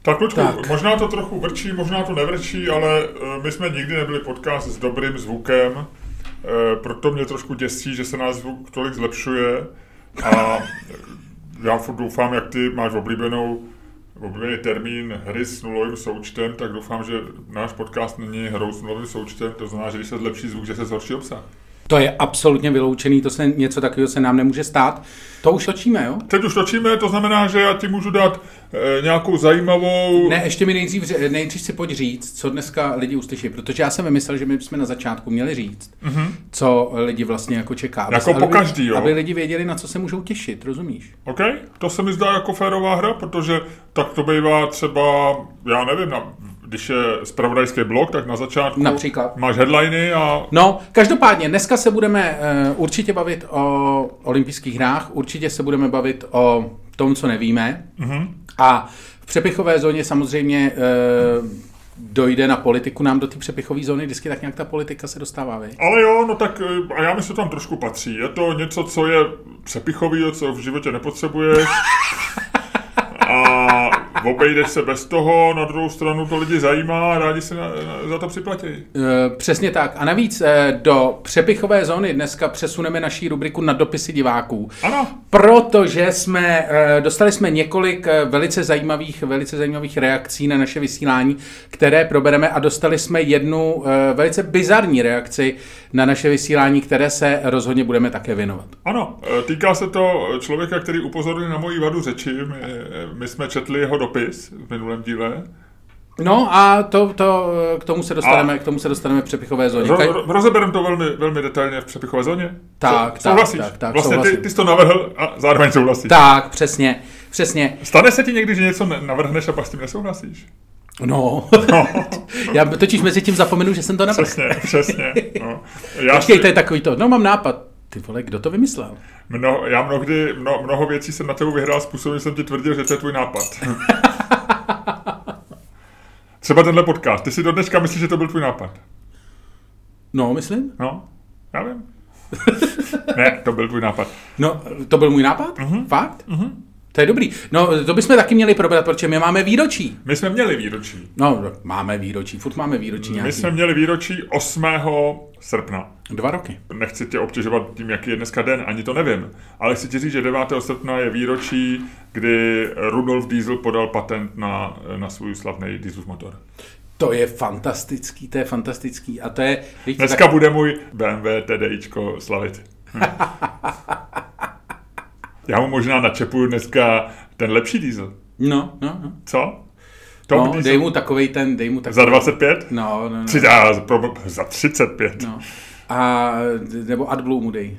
Tak, Luďku, možná to trochu vrčí, možná to nevrčí, ale my jsme nikdy nebyli podcast s dobrým zvukem, proto mě trošku děsí, že se náš zvuk tolik zlepšuje a já furt doufám, jak ty máš oblíbený termín hry s nulovým součtem, tak doufám, že náš podcast není hrou s nulovým součtem, to znamená, že když se zlepší zvuk, že se zhorší obsah. To je absolutně vyloučený, něco takového se nám nemůže stát. To už točíme, jo? Teď už točíme, to znamená, že já ti můžu dát nějakou zajímavou... Ne, ještě mi nejdřív si pojď říct, co dneska lidi uslyší, protože já jsem vymyslel, že my jsme na začátku měli říct, co lidi vlastně jako čeká. Jako po každý, jo? Aby lidi věděli, na co se můžou těšit, rozumíš? OK, to se mi zdá jako férová hra, protože tak to bývá třeba, já nevím, když je zpravodajský blog, tak na začátku například máš headliny a... No, každopádně, dneska se budeme určitě bavit o olympijských hrách, určitě se budeme bavit o tom, co nevíme. A v přepichové zóně samozřejmě dojde na politiku, nám do té přepichové zóny vždycky tak nějak ta politika se dostává, viď? Ale jo, no tak a já myslím, že tam trošku patří. Je to něco, co je přepichový, co v životě nepotřebuješ. A obejdeš se bez toho, na druhou stranu to lidi zajímá a rádi se za to připlatí. Přesně tak. A navíc do přepichové zóny dneska přesuneme naší rubriku na dopisy diváků. Ano. Protože dostali jsme několik velice zajímavých reakcí na naše vysílání, které probereme a dostali jsme jednu velice bizarní reakci na naše vysílání, které se rozhodně budeme také věnovat. Ano, týká se to člověka, který upozornil na moji vadu řeči. My jsme četli jeho dopis v minulém díle. No a k tomu se dostaneme v přepichové zóně. Rozebereme to velmi, velmi detailně v přepichové zóně. Tak, vlastně ty jsi to navrhl a zároveň souhlasíš. Tak, přesně. Stane se ti někdy, že něco navrhneš a pak s tím nesouhlasíš? No. Já totiž mezi tím zapomenu, že jsem to navrhl. Přesně. No. Počkej, to je takový to. No, mám nápad. Ty vole, kdo to vymyslel? Já mnoho věcí jsem na tebe vyhrál způsobem, že jsem ti tvrdil, že to je tvůj nápad. Třeba tenhle podcast. Ty si do dneška myslíš, že to byl tvůj nápad? No, myslím. No, já vím. Ne, to byl tvůj nápad. No, to byl můj nápad? Fakt? To je dobrý. No, to bychom taky měli probrat, protože my máme výročí. My jsme měli výročí. No, máme výročí, furt máme výročí nějaký. My jsme měli výročí 8. srpna. 2 roky. Nechci tě obtěžovat tím, jaký je dneska den, ani to nevím. Ale chci ti říct, že 9. srpna je výročí, kdy Rudolf Diesel podal patent na svůj slavný Dieselův motor. To je fantastický. A to je... Dneska bude můj BMW TDIčko slavit. Já mu možná načepuju dneska ten lepší diesel. No. Co? Dej mu takovej. Za 25? No. Za 35. No. Nebo AdBlue mu dej.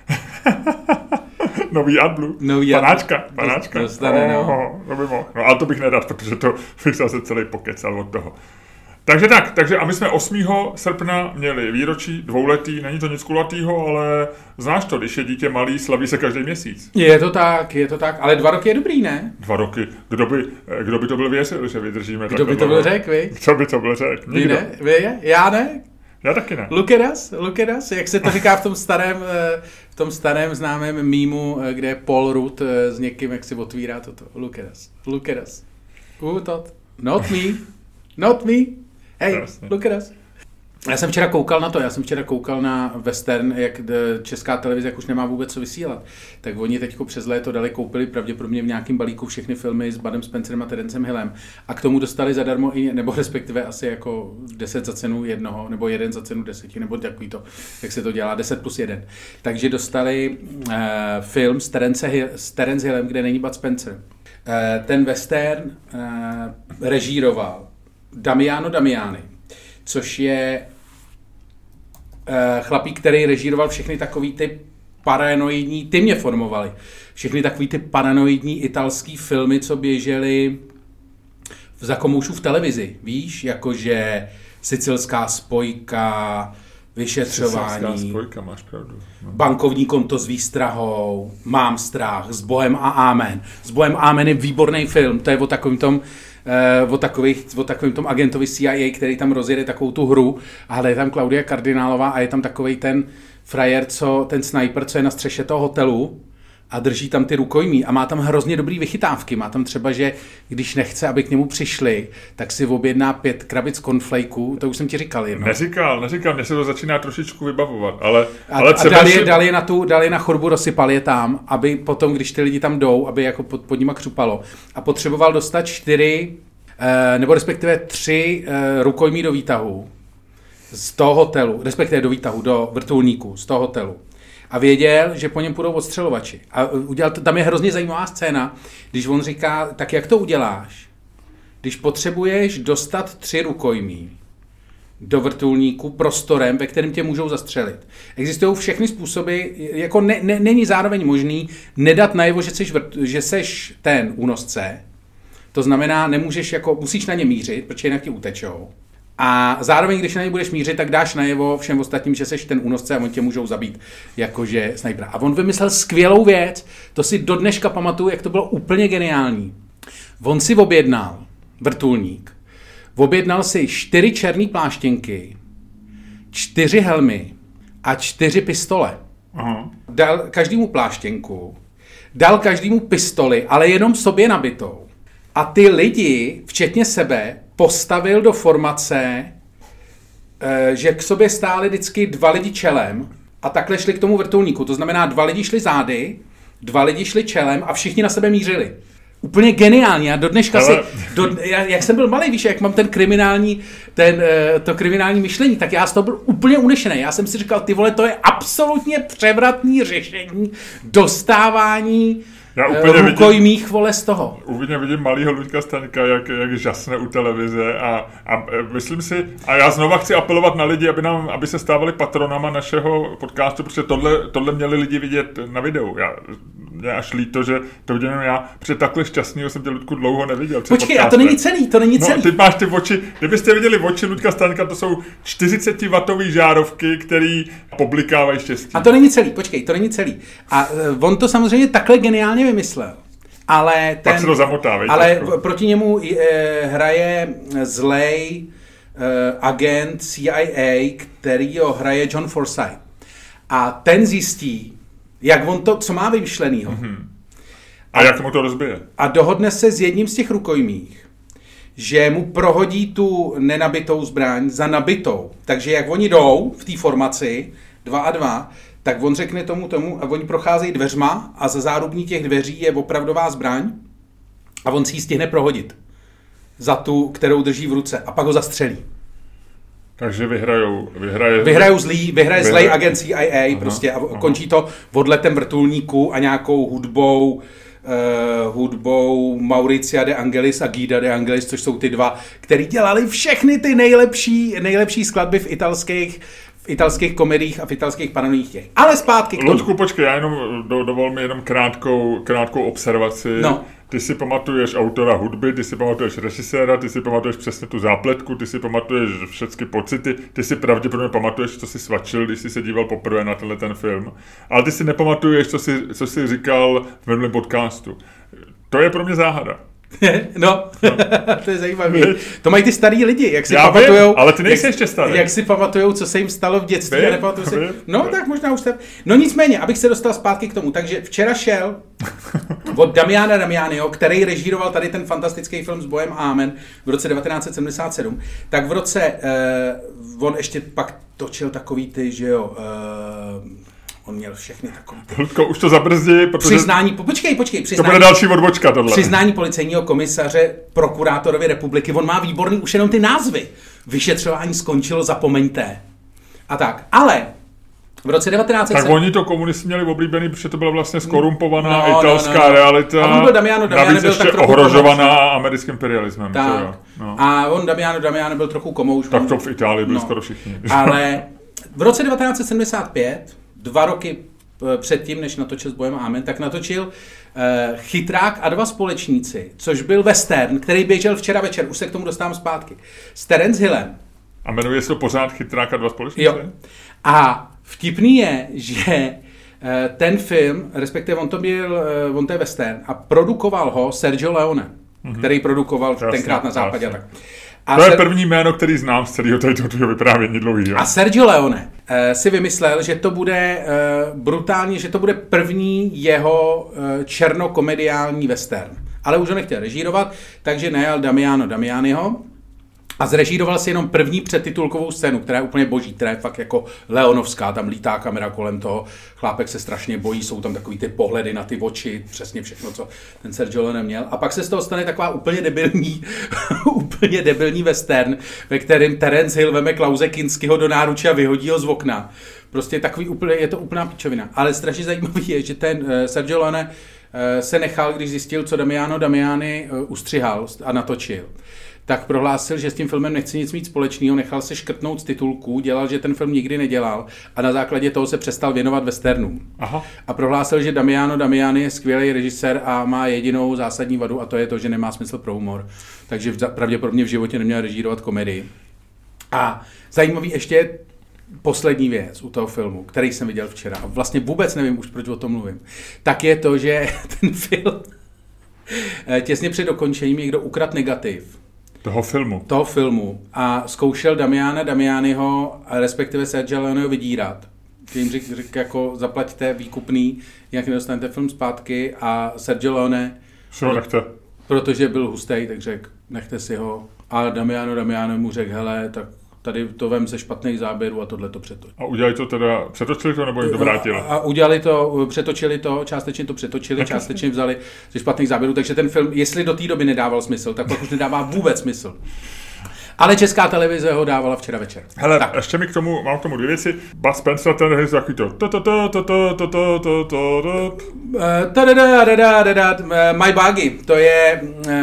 Nový AdBlue. Panáčka. Dostane, no. To by mohl. No, ale to bych nedal, protože to bych zase celý pokecal od toho. Takže a my jsme 8. srpna měli výročí, 2letý, není to nic kulatýho, ale znáš to, když je dítě malý, slaví se každý měsíc. Je to tak, ale 2 roky je dobrý, ne? 2 roky, kdo by to byl věřil, že vydržíme. Kdo by to byl řekl, viď? Kdo by to byl řekl? Nikdo. Ne? Já ne? Já taky ne. Look at us, jak se to říká v tom starém známém mýmu, kde je Paul Rudd s někým, jak si otvírá toto. Look at us. Not me. Hey, look at us. Já jsem včera koukal na western, jak Česká televize jak už nemá vůbec co vysílat. Tak oni teďko přes léto koupili pravděpodobně v nějakém balíku všechny filmy s Budem Spencerem a Terencem Hillem. A k tomu dostali zadarmo nebo respektive asi jako 10 za cenu jednoho, nebo 1 za cenu 10, nebo takový to, jak se to dělá, 10+1. Takže dostali film s Terence Hillem, kde není Bud Spencer. Ten western režíroval Damiano Damiani, což je chlapík, který režíroval všechny takový ty paranoidní, ty mě formovali, všechny takový ty paranoidní italský filmy, co běžely za komoušů v televizi, víš, jakože Sicilská spojka, vyšetřování, Sicilská spojka, máš pravdu. No. Bankovní konto s výstrahou, Mám strach, S Bohem a Amen. S Bohem a Amen je výborný film, to je o takovým tom agentovi CIA, který tam rozjede takovou tu hru, ale je tam Klaudia Kardinálová a je tam takovej ten frajer, ten sniper, co je na střeše toho hotelu a drží tam ty rukojmí a má tam hrozně dobrý vychytávky. Má tam třeba, že když nechce, aby k němu přišli, tak si objedná 5 krabic cornflakeů, to už jsem ti říkal jedno. Neříkal, mně se to začíná trošičku vybavovat, ale dal je na chodbu, rozsypal je tam, aby potom, když ty lidi tam jdou, aby jako pod nima křupalo a potřeboval dostat 4, nebo respektive 3 rukojmí do výtahu z toho hotelu, respektive do výtahu, do vrtulníku z toho hotelu. A věděl, že po něm půjdou odstřelovači. A tam je hrozně zajímavá scéna, když on říká, tak jak to uděláš, když potřebuješ dostat 3 rukojmí do vrtulníku prostorem, ve kterém tě můžou zastřelit. Existují všechny způsoby, jako není zároveň možný nedat najevo, že seš ten únosce, to znamená, musíš na ně mířit, protože jinak ti utečou. A zároveň, když na ně budeš mířit, tak dáš najevo všem ostatním, že seš ten únosce a oni tě můžou zabít jakože snajpera. A on vymyslel skvělou věc, to si do dneška pamatuju, jak to bylo úplně geniální. On si objednal vrtulník, objednal si 4 černé pláštěnky, 4 helmy a 4 pistole. Aha. Dal každému pláštěnku, dal každému pistoli, ale jenom sobě nabitou. A ty lidi, včetně sebe, postavil do formace, že k sobě stáli vždycky 2 lidi čelem a takhle šli k tomu vrtulníku. To znamená, 2 lidi šli zády, 2 lidi šli čelem a všichni na sebe mířili. Úplně geniální. Já do dneška jak jsem byl malý, víš, jak mám to kriminální myšlení, tak já z toho byl úplně unešený. Já jsem si říkal, ty vole, to je absolutně převratný řešení dostávání rukojmích, vole, z toho. Úplně vidím malýho Luďka Staňka, jak žasne u televize a myslím si, a já znova chci apelovat na lidi, aby se stávali patronama našeho podcastu, protože tohle měli lidi vidět na videu. Mě až líto, že to vidím já, protože takhle šťastného jsem tě, Luďku, dlouho neviděl. Počkej, a to není celý. No, ty máš ty oči, kdybyste viděli oči Luďka Staňka, to jsou 40W žárovky, který publikávají štěstí. A to není celý, počkej, to není celý. A on to samozřejmě takhle geniálně vymyslel. Ale pak se to zamotá, ale proti němu hraje zlej agent CIA, který ho hraje John Forsythe. A ten zjistí, jak on to, co má vymyšlenýho. Mm-hmm. A jak mu to rozbije. A dohodne se s jedním z těch rukojmích, že mu prohodí tu nenabitou zbraň za nabitou. Takže jak oni jdou v té formaci 2 a 2, tak on řekne tomu a oni procházejí dveřma a za zárubní těch dveří je opravdová zbraň a on si ji stihne prohodit za tu, kterou drží v ruce a pak ho zastřelí. Takže vyhraje zlej agent CIA prostě a končí to odletem vrtulníku a nějakou hudbou Mauricia de Angelis a Guida de Angelis, což jsou ty 2, který dělali všechny ty nejlepší skladby v italských komediích a v italských paranoích těch. Ale zpátky k tomu. Luďku, počkej, já dovol mi jenom krátkou observaci. No. Ty si pamatuješ autora hudby, ty si pamatuješ režiséra, ty si pamatuješ přesně tu zápletku, ty si pamatuješ všechny pocity, ty si pravděpodobně pamatuješ, co jsi svačil, když jsi se díval poprvé na ten film. Ale ty si nepamatuješ, co jsi říkal v minulém podcastu. To je pro mě záhada. No. To je zajímavé. To mají ty starý lidi, jak si pamatujou. Ale ty nejsi ještě starý. Jak si pamatujou, co se jim stalo v dětství. Tak možná už tak. No nicméně, abych se dostal zpátky k tomu. Takže včera šel od Damiana Damianiho, který režíroval tady ten fantastický film s Bojem Amen v roce 1977. Tak v roce, on ještě pak točil takový ty, že jo, on měl všechny takový. Ludko, už to zabrzdí, protože... Počkej. To bude další odbočka tohle. Přiznání policejního komisaře prokurátorovi republiky. On má výborný už jenom ty názvy. Vyšetřování skončilo, zapomeňte. A tak. Ale v roce 1900... Tak oni to komunisti měli oblíbený, protože to byla vlastně skorumpovaná italská realita. A on byl Damiano byl ještě tak ohrožovaná americkým imperialismem. Tak. A on Damiano byl trochu komouš. Tak to v Itálii byli skoro všichni. Ale v roce 1975, 2 roky předtím, než natočil s Bojem Amen, tak natočil Chytrák a 2 společníci, což byl western, který běžel včera večer, už se k tomu dostávám zpátky, s Terence Hillem. A jmenuje se to pořád Chytrák a 2 společníci? Jo. A vtipný je, že ten film, respektive on to je western, a produkoval ho Sergio Leone, který produkoval tenkrát na západě. Tak. To je první jméno, který znám z celého tady vyprávění dlouhýho. A Sergio Leone si vymyslel, že to bude brutálně, že to bude první jeho černokomediální western. Ale už ho nechtěl režírovat, takže najal Damiano Damianiho a zrežíroval si jenom první předtitulkovou scénu, která je úplně boží, která je fakt jako leonovská, tam lítá kamera kolem toho, chlápek se strašně bojí, jsou tam takový ty pohledy na ty oči, přesně všechno, co ten Sergio Leone měl. A pak se z toho stane taková úplně debilní western, ve kterém Terence Hill veme Klause Kinskiho do náruče a vyhodí ho z okna. Prostě takový úplně, je to úplná pičovina. Ale strašně zajímavý je, že ten Sergio Leone se nechal, když zjistil, co Damiano Damiani ustřihal a natočil, tak prohlásil, že s tím filmem nechce nic mít společného, nechal se škrtnout z titulků, dělal, že ten film nikdy nedělal a na základě toho se přestal věnovat westernům. Aha. A prohlásil, že Damiano Damiani je skvělý režisér a má jedinou zásadní vadu a to je to, že nemá smysl pro humor. Takže pravděpodobně v životě neměl režírovat komedii. A zajímavý ještě poslední věc u toho filmu, který jsem viděl včera a vlastně vůbec nevím už, proč o tom mluvím, tak je to, že ten film těsně před dokončením někdo ukradl negativ toho filmu a zkoušel Damiana Damianiho, respektive Sergio Leoneho vydírat. Tím řekl jako zaplaťte výkupný, jinak nedostanete film zpátky a Sergio Leone, protože byl hustej, tak řekl, nechte si ho. A Damiano mu řekl, hele, tak tady to vem ze špatných záběrů a tohle to přetoč. A udělali to teda, přetočili to nebo jim to vrátili? A udělali to, přetočili to, částečně to přetočili, částečně vzali ze špatných záběrů, takže ten film, jestli do té doby nedával smysl, tak pak už nedává vůbec smysl. Ale česká televize ho dávala včera večer. Hele, tak. Ještě mám k tomu dvě věci. Bud Spencer, ten je takový to. My Buggy, to je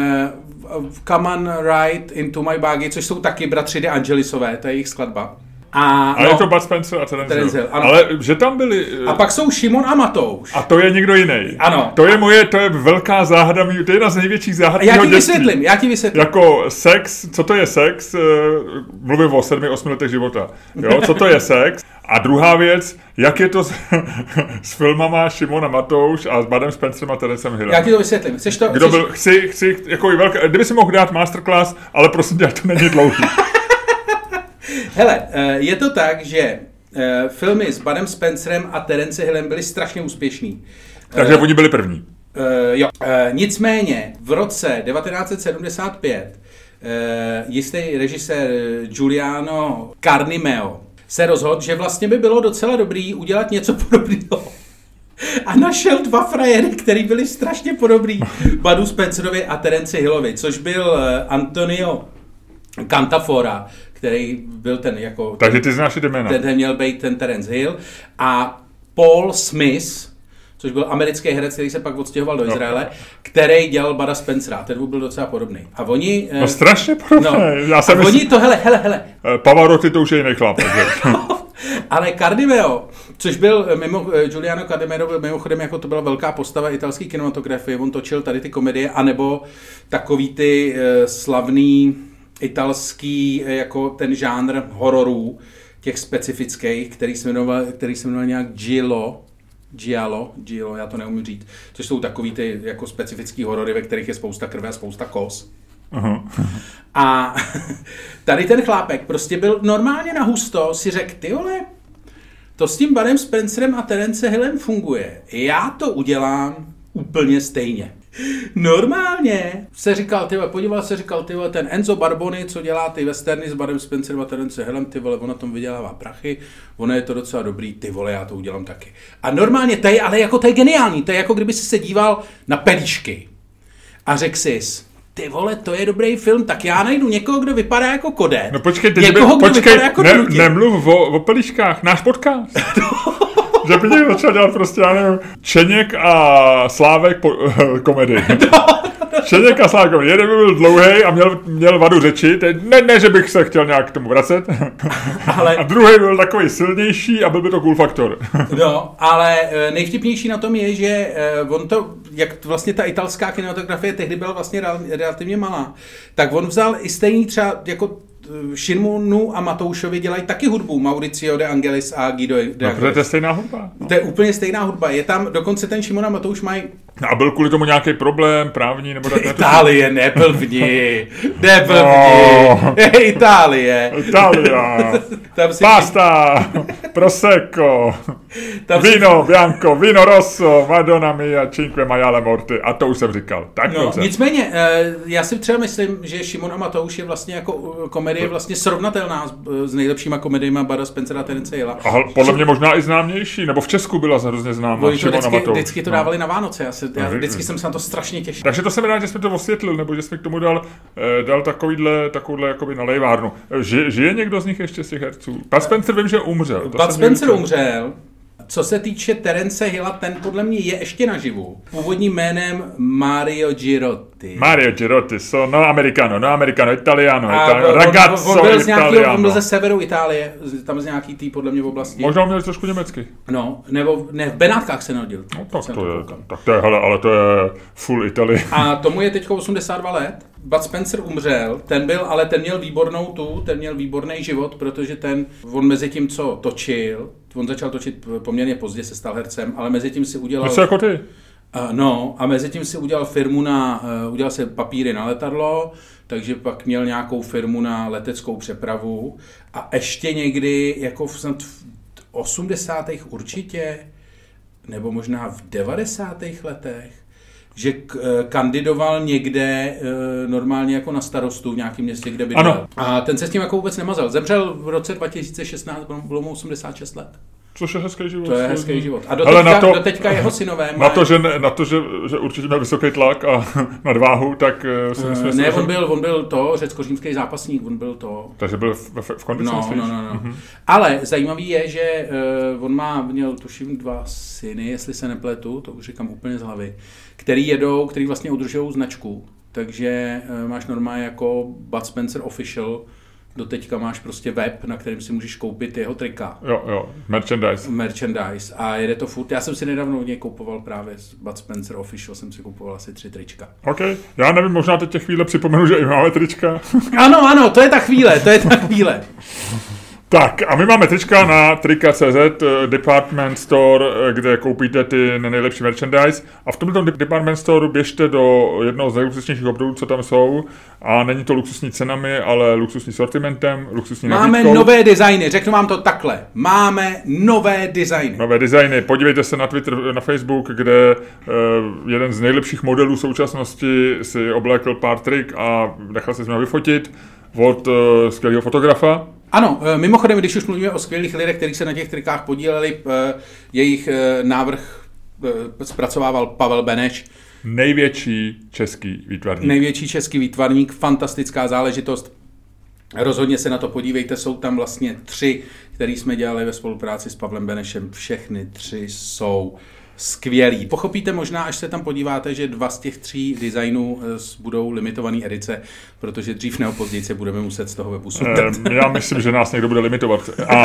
Come on Ride into My Buggy, což jsou taky bratři De Angelisové, to je jejich skladba. Ale je to Bud Spencer a Terence Hill. Ale že tam byli... A pak jsou Šimon a Matouš. A to je někdo jiný. Ano. To je velká záhada, to je jedna z největších záhad mého dětství. Já ti vysvětlím. Jako sex, co to je sex? Mluvím o 7-8 letech života. Jo, co to je sex? A druhá věc, jak je to s filmama Šimon a Matouš a s Budem Spencerem a Terencem Hillem. Já ti to vysvětlím. Chceš to? Kdo byl, chci, jako velká, kdyby si mohl dát masterclass, ale prosím tě, to není dlouhý. Hele, je to tak, že filmy s Budem Spencerem a Terence Hillem byly strašně úspěšný. Takže oni byli první. Jo. Nicméně v roce 1975 jistý režisér Giuliano Carnimeo se rozhodl, že vlastně by bylo docela dobrý udělat něco podobného. A našel dva frajery, který byli strašně podobný Budu Spencerovi a Terence Hillovi, což byl Antonio Cantafora, který byl ten jako... Takže ty znáš ty jména. Ten měl být ten Terence Hill. A Paul Smith, což byl americký herec, který se pak odstěhoval do Izraele, který dělal Buda Spencera. Ten byl docela podobný. A oni... No strašně podobný. No, oni to, hele. Pavarotti to už je jiný chlap. Ale Carnimeo, což byl Giuliano Carnimeo byl mimochodem, jako to byla velká postava italské kinematografie, on točil tady ty komedie, anebo takový ty slavný italský, jako ten žánr hororů, těch specifických, který se jmenoval nějak Giallo, já to neumím říct, což jsou takový ty jako specifický horory, ve kterých je spousta krve a spousta kos. Uh-huh. A tady ten chlápek prostě byl normálně na husto, si řekl, ty vole, to s tím Budem Spencerem a Terence Hillem funguje. Já to udělám úplně stejně. Normálně se říkal, podíval se, ten Enzo Barboni, co dělá ty westerny s Budem Spencerem a Terence Hillem, ty vole, on na tom vydělává prachy, ono je to docela dobrý, ty vole, já to udělám taky. A normálně, to je geniální, to je jako kdyby si se díval na Pelíšky a řekl sis, ty vole, to je dobrý film, tak já najdu někoho, kdo vypadá jako Kodet. No počkej, vypadá jako nemluv o Pelíškách, náš podcast. Že by někdo začal dělat prostě, já nevím, Čeněk a Slávek komedii. Čeněk a Slávek komedii. Jeden by byl dlouhej a měl vadu řeči. Ne, že bych se chtěl nějak k tomu vracet. Ale... A druhý byl takový silnější a byl by to cool faktor. No, ale nejvtipnější na tom je, že on to, jak vlastně ta italská kinematografie tehdy byla vlastně relativně malá, tak on vzal i stejný třeba jako Šimonu a Matoušovi dělají taky hudbu. Mauricio De Angelis a Guido De Angelis. No, to je stejná hudba. No. To je úplně stejná hudba. Je tam, dokonce ten Šimon a Matouš mají... A byl kvůli tomu nějaký problém právní? Nebo tak? Itálie, neblbni. Itálie. Pasta. Prosecco, Vino Bianco, Vino Rosso, Madonna mia, Cinque Maiale Morte. A to už jsem říkal. Tak no, nicméně, já si třeba myslím, že Šimon a Matouš je vlastně jako komedie vlastně srovnatelná s nejlepšíma komediemi Bada Spencera a Terence Hilla. A podle mě možná i známější, nebo v Česku byla hrozně známá Šimon a Matouš. Vždycky to dávali na Vánoce, já vždycky jsem se na to strašně těšil. Takže to jsem rád, že jsme to osvětlil, nebo že jsme k tomu dal takovouhle jakoby nalejvárnu. Žije někdo z nich ještě z těch herců? Bud Spencer vím, že umřel. Bud Spencer umřel. Co se týče Terence Hilla, ten podle mě je ještě naživu. Původním jménem Mario Girotti. Mario Girotti, no americano, italiano, ragazzo italiano. On byl ze severu Itálie, tam z nějaký tý podle mě v oblasti. Možná měl trošku německy. No, nebo ne, v Benátkách se narodil. No, tak to je, ale to je full Italy. A tomu je teď 82 let. Bud Spencer umřel, ten měl výborný život, protože on mezi tím, co točil, on začal točit poměrně pozdě, se stal hercem, ale mezi tím si udělal... Co jako ty? A mezi tím si udělal firmu udělal si papíry na letadlo, takže pak měl nějakou firmu na leteckou přepravu a ještě někdy, jako v 80. určitě, nebo možná v 90. letech, že kandidoval někde normálně jako na starostu v nějakém městě, kde bydlel. Ano. A ten se s tím jako vůbec nemazal. Zemřel v roce 2016, bylo mu 86 let. Což je hezký život. To je hezký život. A do teďka jeho synové Na to, že určitě měl vysoký tlak a nadváhu, tak si myslím... Ne, on byl řecko-římský zápasník, on byl to... Takže byl v kondici? No. Mm-hmm. Ale zajímavý je, že on měl tuším 2 syny, jestli se nepletu, to už říkám úplně z hlavy, který vlastně udržují značku. Takže máš normálně jako Bud Spencer Official, doteďka máš prostě web, na kterém si můžeš koupit jeho trika. Jo, merchandise. A jede to furt. Já jsem si nedávno od něj koupoval právě Bud Spencer Official, jsem si kupoval asi 3 trička. OK, já nevím, možná teď těch chvíle připomenu, že i máme trička. Ano, to je ta chvíle. Tak, a my máme trička na trika.cz, department store, kde koupíte ty nejlepší merchandise. A v tomto department store běžte do jednoho z nejluxusnějších obchodů, co tam jsou. A není to luxusní cenami, ale luxusní sortimentem, luxusní nabídkou. Máme nové designy, řeknu vám to takhle. Máme nové designy. Podívejte se na Twitter, na Facebook, kde jeden z nejlepších modelů současnosti si oblékl pár trik a nechal se s ním vyfotit od skvělého fotografa. Ano, mimochodem, když už mluvíme o skvělých lidech, kteří se na těch trikách podíleli, jejich návrh zpracovával Pavel Beneš. Největší český výtvarník, fantastická záležitost. Rozhodně se na to podívejte, jsou tam vlastně 3, který jsme dělali ve spolupráci s Pavlem Benešem. Všechny 3 jsou skvělý. Pochopíte možná, až se tam podíváte, že 2 z těch 3 designů budou limitovaný edice, protože dřív nebo později se budeme muset z toho webu sundat. Já myslím, že nás někdo bude limitovat. A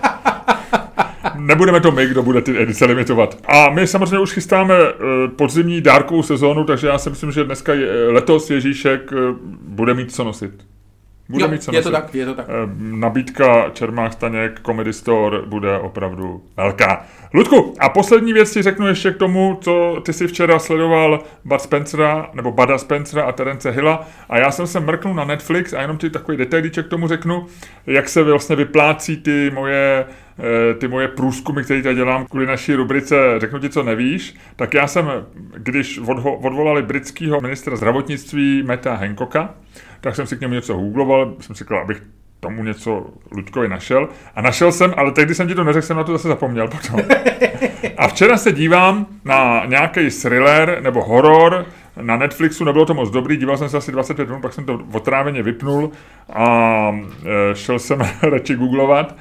nebudeme to my, kdo bude ty edice limitovat. A my samozřejmě už chystáme podzimní dárkovou sezónu, takže já si myslím, že letos Ježíšek bude mít co nosit. Je to tak. Nabídka Čermák Staněk Comedy Store bude opravdu velká. Ludku, a poslední věc ti řeknu ještě k tomu, co ty si včera sledoval Buda Spencera a Terence Hilla, a já jsem se mrknul na Netflix a jenom ti takový detailíček k tomu řeknu, jak se vlastně vyplácí ty moje průzkumy, které tady dělám kvůli naší rubrice Řeknu ti, co nevíš. Tak já jsem, když odvolali britského ministra zdravotnictví Matta Hancocka, tak jsem si k němu něco googloval, jsem si říkal, abych tomu něco Luďkovi našel. A našel jsem, ale teď, když jsem ti to neřekl, jsem na to zase zapomněl potom. A včera se dívám na nějaký thriller nebo horor na Netflixu, nebylo to moc dobrý, díval jsem se asi 25 minut, pak jsem to otráveně vypnul a šel jsem radši googlovat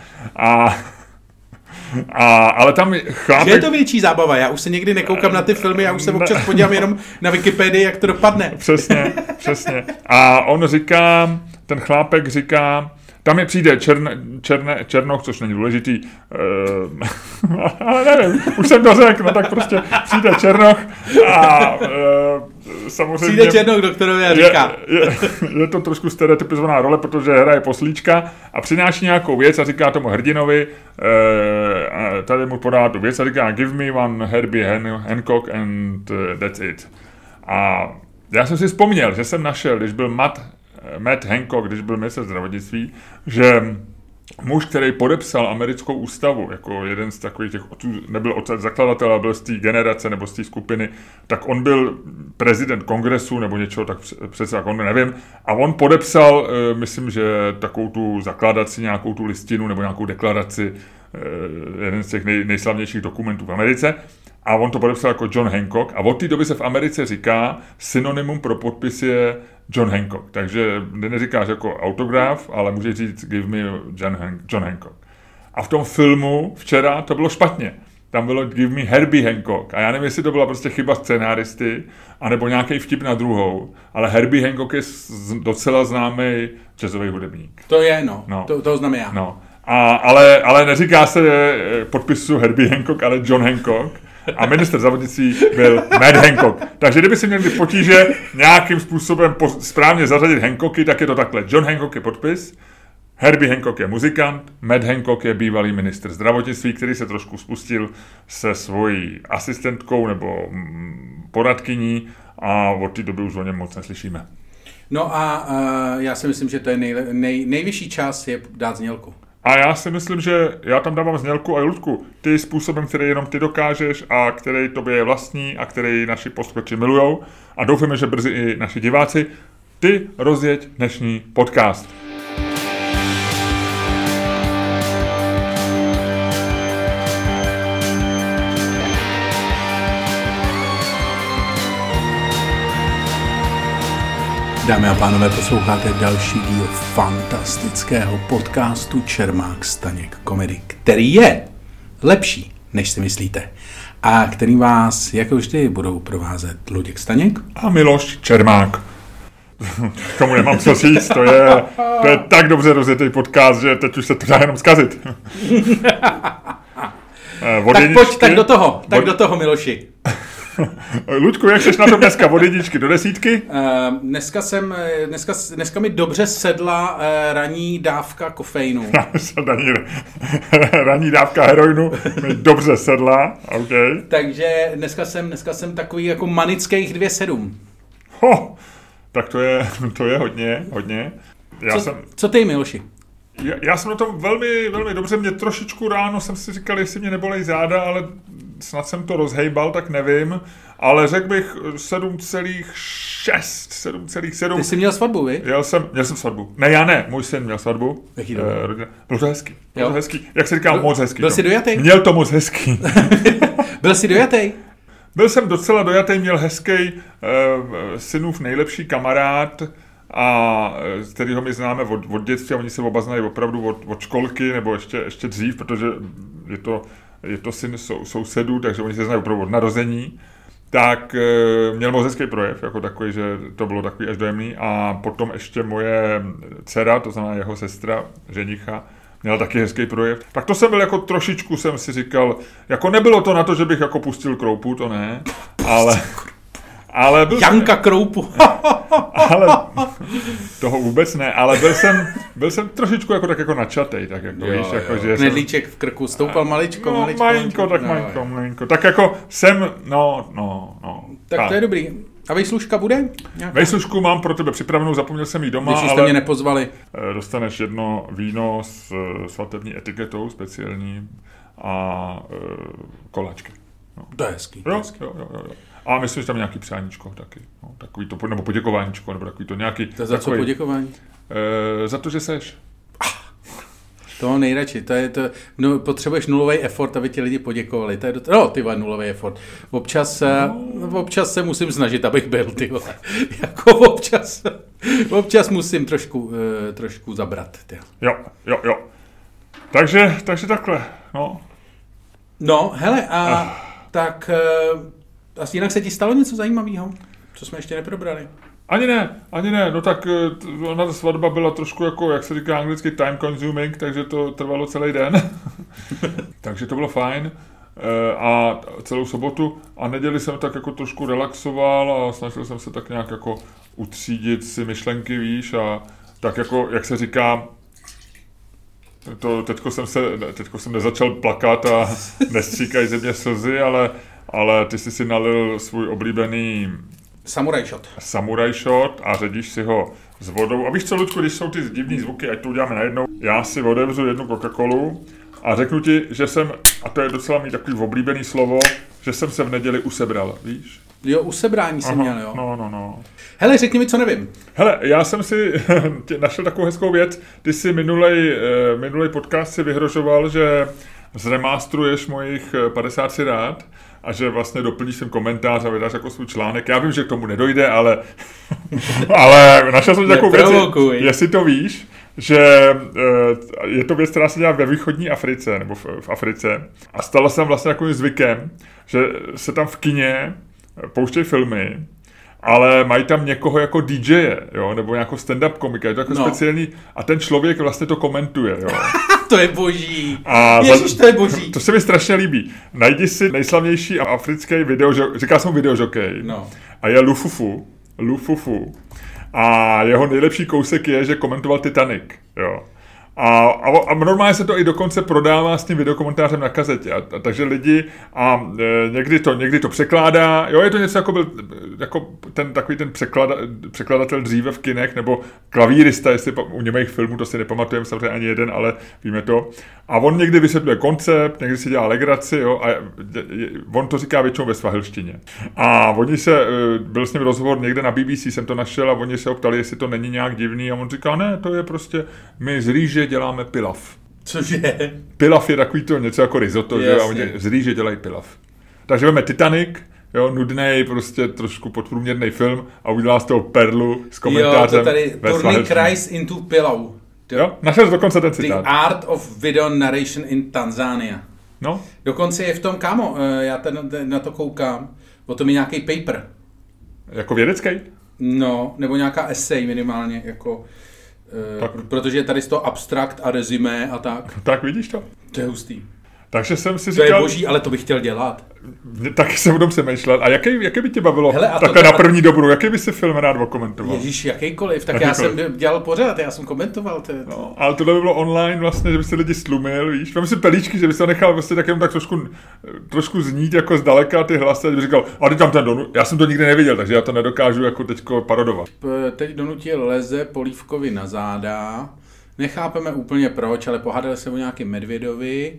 ale tam chlápek... Že je to větší zábava, já už se někdy nekoukám na ty filmy, já už se občas podívám jenom na Wikipedii, jak to dopadne. Přesně. A ten chlápek říká, tam přijde Černoch, což není důležitý, ale nevím, už jsem to řekl, no tak prostě přijde Černoch a samozřejmě... Přijde Černoch, doktorovi a říká. Je to trošku stereotypizovaná role, protože hraje poslíčka a přináší nějakou věc a říká tomu hrdinovi, tady mu podá tu věc a říká, give me one Herbie Hancock and that's it. A já jsem si vzpomněl, že jsem našel, když byl Matt Hancock, když byl ministr zdravotnictví, že muž, který podepsal americkou ústavu, jako jeden z takových těch, nebyl zakladatel, ale byl z té generace nebo z té skupiny, tak on byl prezident kongresu nebo něčeho, tak předseda kongresu, nevím, a on podepsal, myslím, že takovou tu zakládací nějakou tu listinu nebo nějakou deklaraci, jeden z těch nejslavnějších dokumentů v Americe, a on to podepsal jako John Hancock a od té doby se v Americe říká, synonymum pro podpis je John Hancock. Takže neříkáš jako autograf, ale můžeš říct give me John Hancock. A v tom filmu včera to bylo špatně. Tam bylo give me Herbie Hancock. A já nevím, jestli to byla prostě chyba scenáristy, anebo nějaký vtip na druhou. Ale Herbie Hancock je docela známý jazzový hudebník. To je, no. To znám já. No. Ale neříká se podpisu Herbie Hancock, ale John Hancock. A ministr zdravotnictví byl Matt Hancock. Takže kdyby si měli potíže nějakým způsobem správně zařadit Hancocky, tak je to takhle. John Hancock je podpis, Herbie Hancock je muzikant, Matt Hancock je bývalý ministr zdravotnictví, který se trošku spustil se svojí asistentkou nebo poradkyní a od té doby už o něm moc neslyšíme. No a já si myslím, že to je nejvyšší čas je dát znělku. A já si myslím, že já tam dávám znělku a Ludku, ty způsobem, který jenom ty dokážeš a který tobě je vlastní a který naši posluchači milujou a doufáme, že brzy i naši diváci, ty rozjeď dnešní podcast. Dámy a pánové, posloucháte další díl fantastického podcastu Čermák Staněk Komedy, který je lepší, než si myslíte. A který vás, jako vždy, budou provázet Luděk Staněk a Miloš Čermák. K tomu nemám co říct, to je tak dobře rozjetý podcast, že teď už se to dá jenom zkazit. Tak pojď, do toho, Miloši. Luďku, jak jsi na tom dneska? Od 1 do 10? Dneska mi dobře sedla ranní dávka kofeinu. Ranní dávka heroinu mi dobře sedla, okay. Takže dneska jsem takový jako manických 2,7. Tak to je hodně. Co ty, Miloši? Já jsem na tom velmi, velmi dobře. Mě trošičku ráno jsem si říkal, jestli mě nebolej záda, ale snad jsem to rozhejbal, tak nevím. Ale řekl bych 7,6, 7,7. Ty jsi měl svatbu, vy? Měl jsem svatbu. Ne, já ne, můj syn měl svatbu. Jaký to bylo to hezký. Bylo to hezký. Jak se říká, moc hezký. Byl jsi dojatý? Měl to moc hezký. Byl jsi dojatý? Byl jsem docela dojatý, měl hezký synův nejlepší kamarád, a kterýho my známe od dětství a oni se oba znají opravdu od školky nebo ještě dřív, protože je to syn sousedů, takže oni se znají opravdu od narození, tak měl moc hezký projev, jako takový, že to bylo takový až dojemný a potom ještě moje dcera, to znamená jeho sestra, ženicha, měla taky hezký projev. Tak to jsem byl jako trošičku, jsem si říkal, jako nebylo to na to, že bych jako pustil kroupu, to ne, ale byl Janka Kroupu. Ale toho vůbec ne, ale byl jsem trošičku jako tak jako načatej, tak jako víš, jako že knedlíček v krku stoupal maličko. Malinko. Tak jako jsem, no. Tak to je dobrý. A vejslužka bude? Vejslužku mám pro tebe připravenou, zapomněl jsem jí doma, ale jste mě nepozvali. Dostaneš jedno víno s svatební etiketou speciální a koláčky. No. To je hezký. Jo. A myslím, že tam nějaký přáníčko taky. No, takový to, nebo poděkováníčko, nebo takový to nějaký... To za takový, co poděkování? Za to, že seš. To nejradši. Potřebuješ nulový effort, aby ti lidi poděkovali. Ty vole, nulový effort. Občas se musím snažit, abych byl, ty vole. Jako občas musím trošku zabrat. Ty. Jo. Takže takhle, no. No, hele, tak... Asi jinak se ti stalo něco zajímavého, co jsme ještě neprobrali? Ani ne, no tak ona ta svatba byla trošku jako, jak se říká anglicky, time consuming, takže to trvalo celý den, takže to bylo fajn a celou sobotu a neděli jsem tak jako trošku relaxoval a snažil jsem se tak nějak jako utřídit si myšlenky, víš, a tak jako, jak se říká, teďko jsem nezačal plakat a nestříkají ze mě slzy, ale ty jsi si nalil svůj oblíbený Samurai shot a ředíš si ho s vodou. A víš co, Ludku, když jsou ty divný zvuky, ať to uděláme najednou, já si otevřu jednu Coca-Colu a řeknu ti, že jsem, a to je docela mít takový oblíbený slovo, že jsem se v neděli usebral, víš? Jo, usebrání jsem měl, jo. No. Hele, řekni mi, co nevím. Hele, já jsem si našel takovou hezkou věc. Ty si minulej podcast si vyhrožoval, že zremastruješ mojich 53 rád a že vlastně doplníš ten komentář a vydáš jako svůj článek. Já vím, že k tomu nedojde, ale našel jsem takovou věc, jestli to víš, že je to věc, která se dělá ve východní Africe, nebo v Africe. A stalo se tam vlastně takovým zvykem, že se tam v kině pouštějí filmy, ale mají tam někoho jako DJe, jo, nebo nějakou stand-up komika, je to jako speciální, a ten člověk vlastně to komentuje, jo. To je boží. Ježiš, to je boží. To se mi strašně líbí. Najdi si nejslavnější africký říká jsem videožokej. No. A je Lufufu. A jeho nejlepší kousek je, že komentoval Titanic, jo. A normálně se to i dokonce prodává s tím videokomentářem na kazetě. A takže lidi někdy to překládá. Jo, je to něco jako ten překladatel dříve v kinech, nebo klavírista, jestli u němých filmů, to si nepamatujeme samozřejmě ani jeden, ale víme to. A on někdy vysvětluje koncept, někdy si dělá legraci, jo, a on to říká většinou ve svahilštině. A byl s ním rozhovor někde na BBC, jsem to našel, a oni se ho ptali, jestli to není nějak divný, a on říká, ne, to je prostě, my z rýže děláme pilaf. Cože? Pilaf je takový to něco jako risotto, že? A oni z rýže dělají pilaf. Takže veme Titanic, jo, nudnej, prostě trošku podprůměrný film, a udělá z toho perlu s komentářem. Jo, to tady Turning Rice into Pillow. Jo, našel jsi dokonce ten citát. The Art of Video Narration in Tanzania. No. Dokonce je v tom, kámo, já na to koukám, o tom je nějaký paper. Jako vědecký? No, nebo nějaká essay minimálně, jako... protože je tady z toho abstrakt a rezumé a tak. Tak vidíš to? To je hustý. Takže jsem si říkal... To je boží, ale to bych chtěl dělat. Taky jsem o tom přemýšlel. A jaký by tě bavilo? Hele, takhle na první dobrou, jaký by si film rád okomentoval? Ježíš, jakýkoliv. Tak já jsem dělal pořád, já jsem komentoval. No, ale tohle by bylo online vlastně, že by se lidi stlumil, víš? Mám si pelíčky, že by se nechal vlastně tak jenom tak trošku znít jako zdaleka ty hlasy, a by říkal, a ty tam já jsem to nikdy neviděl, takže já to nedokážu jako teďko parodovat. Teď donutil leze Polívkovi na záda. Nechápeme úplně proč, ale pohádali se o nějakým medvědovi.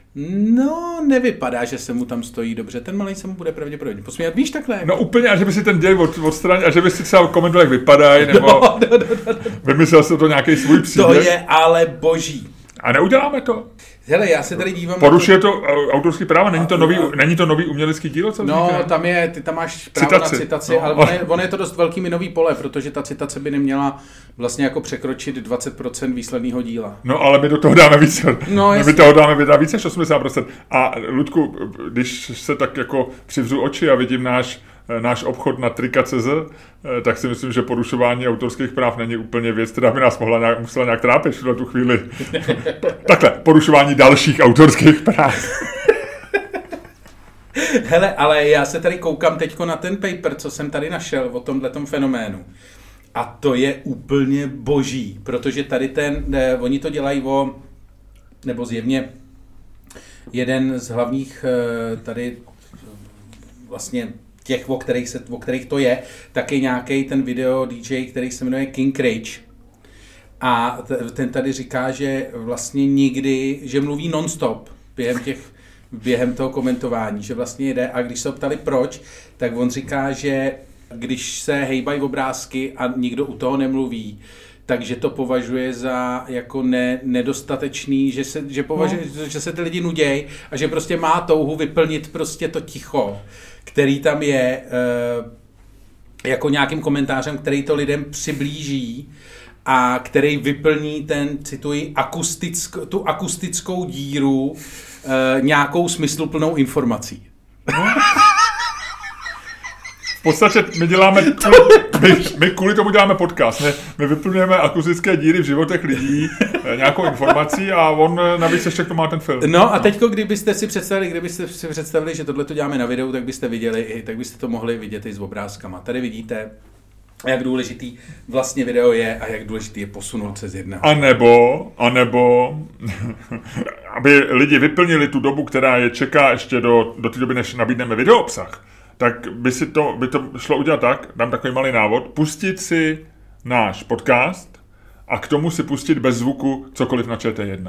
No, nevypadá, že se mu tam stojí dobře. Ten malej se mu bude pravděpodobně posmívat. Víš takhle? No úplně, a že by si ten děj odstranil, a že by si třeba komentoval, jak vypadají, nebo no. Vymyslel si to nějaký svůj příběh. To je ale boží. A neuděláme to? Hele, já se tady dívám... Porušuje to autorský práva? Není to nový umělecký dílo? Co no, ty tam máš právo na citaci, ale on je to dost velký minový pole, protože ta citace by neměla vlastně jako překročit 20% výsledného díla. No, ale my do toho dáme více. No, my toho dáme více než 80%. A Ludku, když se tak jako přivřu oči a vidím náš obchod na trika.cz, tak si myslím, že porušování autorských práv není úplně věc, která by nás musela nějak trápit v tu chvíli. Takhle, porušování dalších autorských práv. Hele, ale já se tady koukám teďko na ten paper, co jsem tady našel o tomhletom fenoménu. A to je úplně boží, protože tady oni to dělají nebo zjevně jeden z hlavních tady vlastně těch, o kterých to je, tak je nějaký ten video DJ, který se jmenuje King Rage. A ten tady říká, že vlastně nikdy, že mluví non-stop během toho komentování, že vlastně jde, a když se ho ptali proč, tak on říká, že když se hejbají obrázky a nikdo u toho nemluví, takže to považuje za jako nedostatečný, že považuje, že se ty lidi nudějí a že prostě má touhu vyplnit prostě to ticho, který tam je jako nějakým komentářem, který to lidem přiblíží a který vyplní cituji, tu akustickou díru nějakou smysluplnou informací. V podstatě my kvůli tomu děláme podcast. My vyplňujeme akustické díry v životech lidí nějakou informací a on navíc ještě k tomu má ten film. No a teďko, kdybyste si představili, že tohle to děláme na videu, tak byste to mohli vidět i s obrázkama. Tady vidíte, jak důležitý vlastně video je a jak důležitý je posunout se z jednoho. A nebo aby lidi vyplnili tu dobu, která je čeká ještě do té doby, než nabídneme video obsah, tak by to šlo udělat tak, dám takový malý návod, pustit si náš podcast a k tomu si pustit bez zvuku cokoliv na ČT1.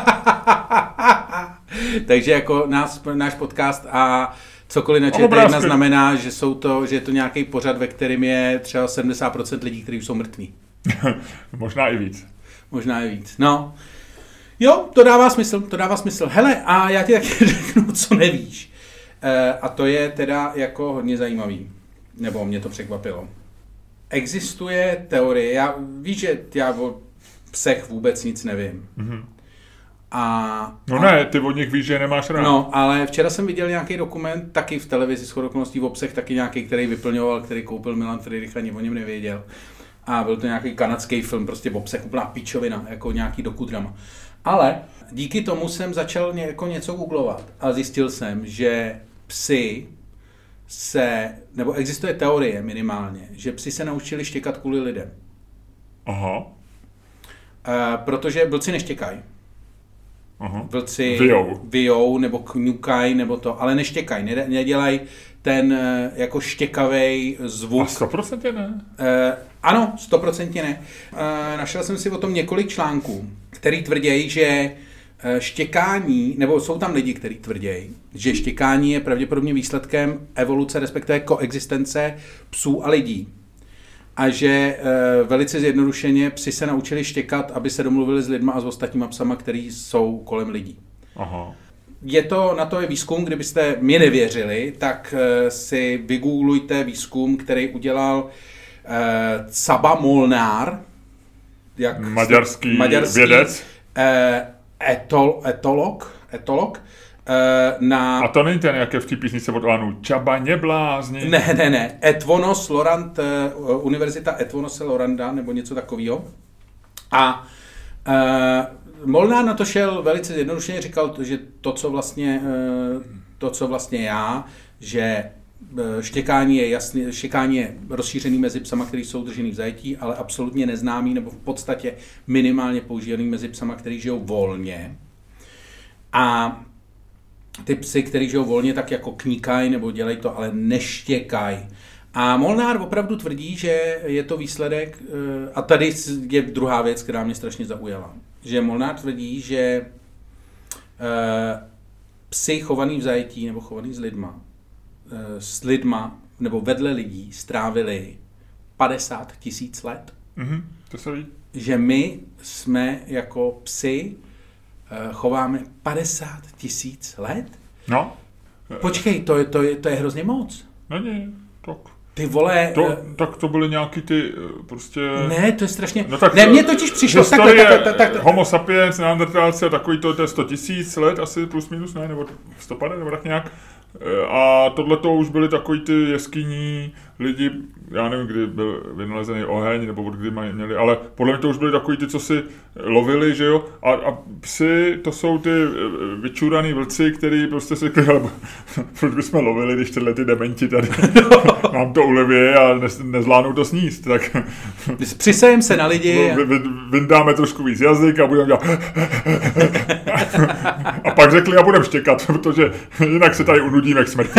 Takže jako náš podcast a cokoliv na ČT1 znamená, že je to nějaký pořad, ve kterém je třeba 70% lidí, kteří jsou mrtví. Možná i víc. No. Jo, to dává smysl. Hele, a já ti taky řeknu, co nevíš. A to je teda jako hodně zajímavý. Nebo mě to překvapilo. Existuje teorie, víš, že já o psech vůbec nic nevím. Mm-hmm. Ne, ty od nich víš, že nemáš rád. No, ale včera jsem viděl nějaký dokument, taky v televizi shodou okolností o psech, taky nějaký, který vyplňoval, který koupil Milan Friedrich, ani o něm nevěděl. A byl to nějaký kanadský film, prostě o psech, úplná pičovina, jako nějaký dokudrama. Ale díky tomu jsem začal jako něco googlovat a zjistil jsem, že psi nebo existuje teorie minimálně, že psi se naučili štěkat kvůli lidem. Aha. Protože vlci neštěkají. Aha. Vlci vyjou nebo kňukají nebo to, ale neštěkají, nedělají ten jako štěkavej zvuk. A 100% ne? Ano, 100% ne. Našel jsem si o tom několik článků, který tvrdí, že štěkání, nebo jsou tam lidi, kteří tvrdí, že štěkání je pravděpodobně výsledkem evoluce, respektive koexistence psů a lidí. A že velice zjednodušeně psi se naučili štěkat, aby se domluvili s lidma a s ostatníma psama, který jsou kolem lidí. Aha. Na to je výzkum, kdybyste mi nevěřili, tak si vygooglujte výzkum, který udělal Csaba Molnár, maďarský vědec, etolog. A to není ten, jak je v té písnice od Alanu, Csaba neblázni. Ne. Etvonos Lorand, Univerzita Etvonos Loranda, nebo něco takového. A Molnár na to šel velice zjednodušeně, říkal, že to, co vlastně že štěkání je rozšířený mezi psama, který jsou držený v zajetí, ale absolutně neznámý, nebo v podstatě minimálně používaný mezi psama, který žijou volně. A ty psy, který žijou volně, tak jako kníkají nebo dělají to, ale neštěkají. A Molnár opravdu tvrdí, že je to výsledek, a tady je druhá věc, která mě strašně zaujala, že Molnár tvrdí, že psy chovaný v zajetí nebo chovaný s lidma nebo vedle lidí strávili 50 000 let. Mm-hmm, to se ví. Že my jsme jako psy chováme 50 000 let? No. Počkej, to je hrozně moc. Není, tak. Ty vole... Tak to byly nějaký ty prostě... Ne, to je strašně... No tak, ne, mně totiž přišlo tak, Homo sapiens, neandertálci a takový to je 100 000 let, asi plus minus, ne, nebo 150, nebo tak nějak. A tohleto už byly takový ty jeskyní lidi, já nevím, kdy byl vynalezený oheň, nebo od kdy měli, ale podle mě to už byly takový ty, co si lovili, že jo, a psi, to jsou ty vyčuraný vlci, který prostě si řekli, proč bychom lovili, když tyhle ty dementi tady nám to uleví a nezvládnou to sníst, tak... Přisejem se na lidi. Vyndáme trošku víc jazyk a budeme dělat... A pak řekli, a budeme štěkat, protože jinak se tady unudíme k smrti.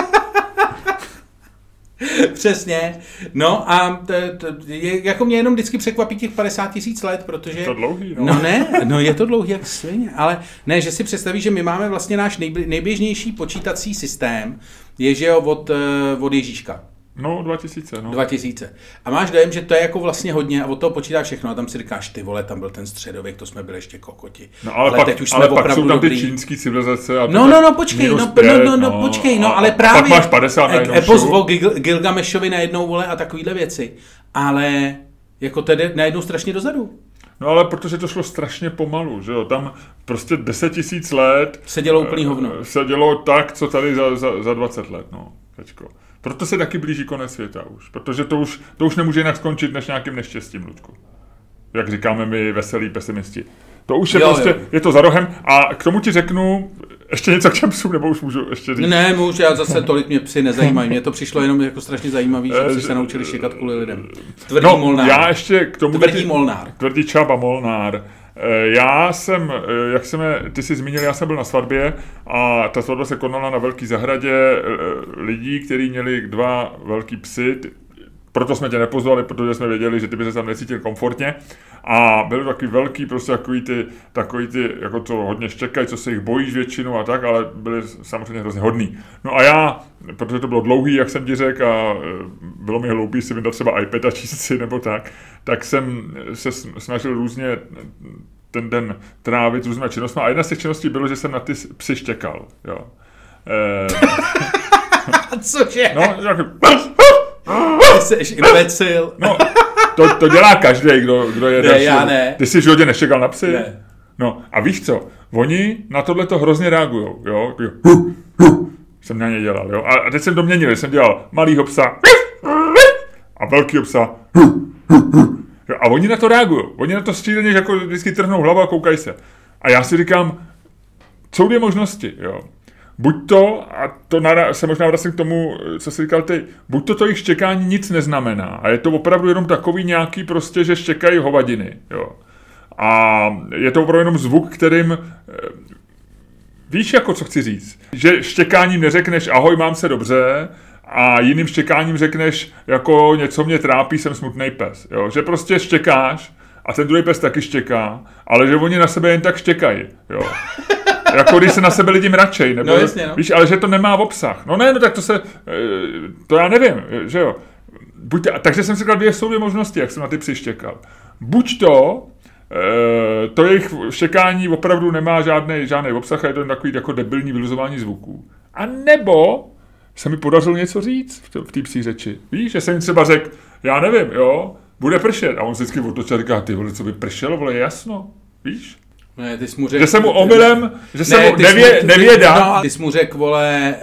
Přesně. No a jako mě jenom vždycky překvapí těch 50 000 let, protože... Je to dlouhý, no. Je to dlouhý jak svině, ale ne, že si představíš, že my máme vlastně náš nejběžnější počítací systém, je, že jo, od Ježíška. No, 2000, no. 2000. A máš dojem, že to je jako vlastně hodně a od toho počítáš všechno a tam si říkáš, ty vole, tam byl ten středověk, to jsme byli ještě kokoti. No, ale teď už jsme opravdu jsou tam ty čínský civilizace. A počkej, ale právě... Pak máš 50 na jednou epos o Gilgameshovi najednou, vole, a takovýhle věci. Ale jako to jde najednou strašně dozadu. No ale protože to šlo strašně pomalu, že jo, tam prostě 10 000 let... Se dělo úplný hovno. Se dělo tak, co tady za 20 let, no, teďko. Proto se taky blíží konec světa už, protože to už nemůže jinak skončit než nějakým neštěstím, Luďku. Jak říkáme my veselí pesimisti. To už je je to za rohem a k tomu ti řeknu ještě něco k těm psům, nebo už můžu ještě říct? Ne, můžu, já zase tolik mě psy nezajímají. Mně to přišlo jenom jako strašně zajímavý, že psi se naučili štěkat kvůli lidem. Tvrdí Molnár. Já ještě k tomu... Tvrdí Csaba Molnár. Já jsem, ty jsi zmínil, já jsem byl na svatbě a ta svatba se konala na velký zahradě lidí, kteří měli 2 velký psy, proto jsme tě nepozvali, protože jsme věděli, že ty by se tam necítil komfortně. A byly takový velký, prostě takový ty, jako to hodně štěkají, co se jich bojíš většinou a tak, ale byli samozřejmě hrozně hodný. No a já, protože to bylo dlouhý, jak jsem ti řekl, a bylo mi hloupý si vyndat třeba iPad a číst si nebo tak jsem se snažil různě ten den trávit různými činnostmi. A jedna z těch činností bylo, že jsem na ty psy štěkal. Jo. Cože? No, nějaký... Ty jsi imbecil. No, to dělá každý, kdo je... Ne, já ne. Ty jsi v životě neštěkal na psy? Ne. No, a víš co? Oni na tohle to hrozně reagujou, jo? Jsem na ně dělal, jo? A teď jsem doměnil, jsem dělal malýho psa a velkýho psa. Jo, a oni na to reagují. Oni na to stříleně jako vždycky trhnou hlavu a koukají se. A já si říkám, jsou dvě možnosti, jo? Buď to, a to se možná vracím k tomu, co jsi říkal ty, buď to jejich štěkání nic neznamená a je to opravdu jenom takový nějaký prostě, že štěkají hovadiny, jo. A je to opravdu jenom zvuk, kterým, víš jako co chci říct, že štěkáním neřekneš ahoj, mám se dobře a jiným štěkáním řekneš jako něco mě trápí, jsem smutnej pes, jo. Že prostě štěkáš a ten druhý pes taky štěká, ale že oni na sebe jen tak štěkají, jo. Jako když se na sebe lidi mračej, nebo, no, jasně, no. Víš, ale že to nemá obsah. No ne, no tak to já nevím, že jo. Takže jsem si říkal, jsou dvě možnosti, jak jsem na ty psy štěkal. Buď to jejich štěkání opravdu nemá žádný obsah a je to takový jako debilní vyluzování zvuků. A nebo se mi podařilo něco říct v té psí řeči. Víš, že jsem jim třeba řekl, já nevím, jo, bude pršet. A on se vždycky otočil a říká, ty vole, co by pršelo, vole, jasno, víš? Ne, ty jsi mu řekl... Že jsem mu omylem, že jsem mu nevědá. Ty jsi mu řekl, vole,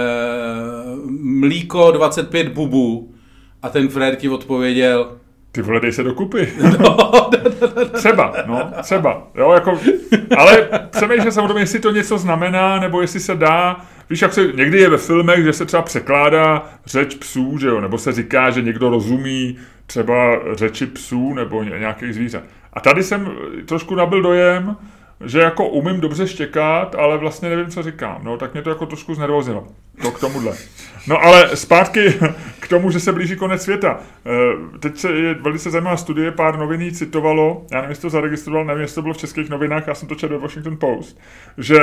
mlíko 25 bubů a ten Frér ti odpověděl... Ty vole, dej se dokupy. No. Třeba. Jo, jako, ale přemýšlel jsem o tom, jestli to něco znamená, nebo jestli se dá... Víš, jak se někdy je ve filmech, že se třeba překládá řeč psů, že jo, nebo se říká, že někdo rozumí třeba řeči psů nebo nějakých zvířat. A tady jsem trošku nabyl dojem, že jako umím dobře štěkat, ale vlastně nevím, co říkám. No, tak mě to jako trošku znervozilo. To k tomuhle. No, ale zpátky k tomu, že se blíží konec světa. Teď je velice zajímavá studie, pár novin citovalo, já nevím, jestli to zaregistroval, nevím, jestli to bylo v českých novinách, já jsem to četl ve Washington Post, že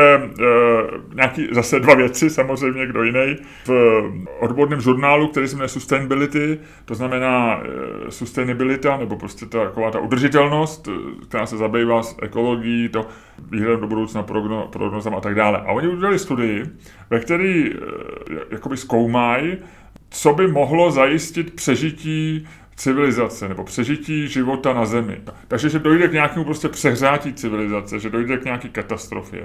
nějaký, zase dva věci, samozřejmě kdo jiný, v odborném žurnálu, který se jmenuje Sustainability, to znamená sustainabilita, nebo prostě taková ta udržitelnost, která se zabývá s ekologií, to výhledem do budoucna, prognozama a tak dále. A oni udělali studii, ve které jakoby zkoumají, co by mohlo zajistit přežití civilizace nebo přežití života na Zemi. Takže, že dojde k nějakému prostě přehřátí civilizace, že dojde k nějaké katastrofě.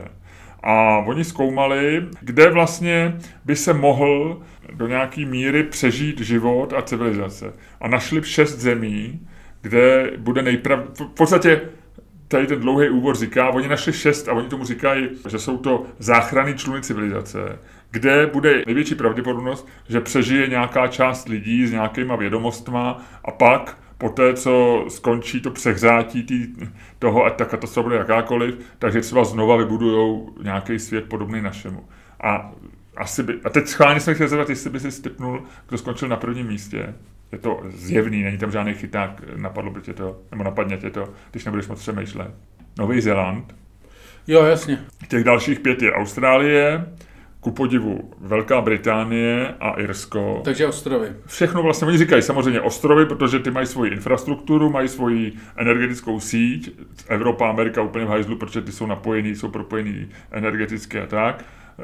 A oni zkoumali, kde vlastně by se mohl do nějaké míry přežít život a civilizace. A našli 6 zemí, kde bude v podstatě tady ten dlouhý úvod říká, oni našli 6 a oni tomu říkají, že jsou to záchranný čluny civilizace, kde bude největší pravděpodobnost, že přežije nějaká část lidí s nějakýma vědomostma a pak, poté, co skončí to přehřátí toho, ať ta katastrofa bude jakákoliv, takže třeba znova vybudujou nějaký svět podobný našemu. A teď schválně jsem chtěl zeptat, jestli by si tipnul, kdo skončil na prvním místě. Je to zjevný, není tam žádný chyták, napadlo by tě to, nebo napadně tě to, když nebudeš moc přemýšlet. Nový Zéland. Jo, jasně. Těch dalších 5 je Austrálie, ku podivu Velká Británie a Irsko. Takže ostrovy. Všechno vlastně, oni říkají samozřejmě ostrovy, protože ty mají svoji infrastrukturu, mají svoji energetickou síť. Evropa, Amerika úplně v hajzlu, protože ty jsou napojený, jsou propojený energeticky a tak.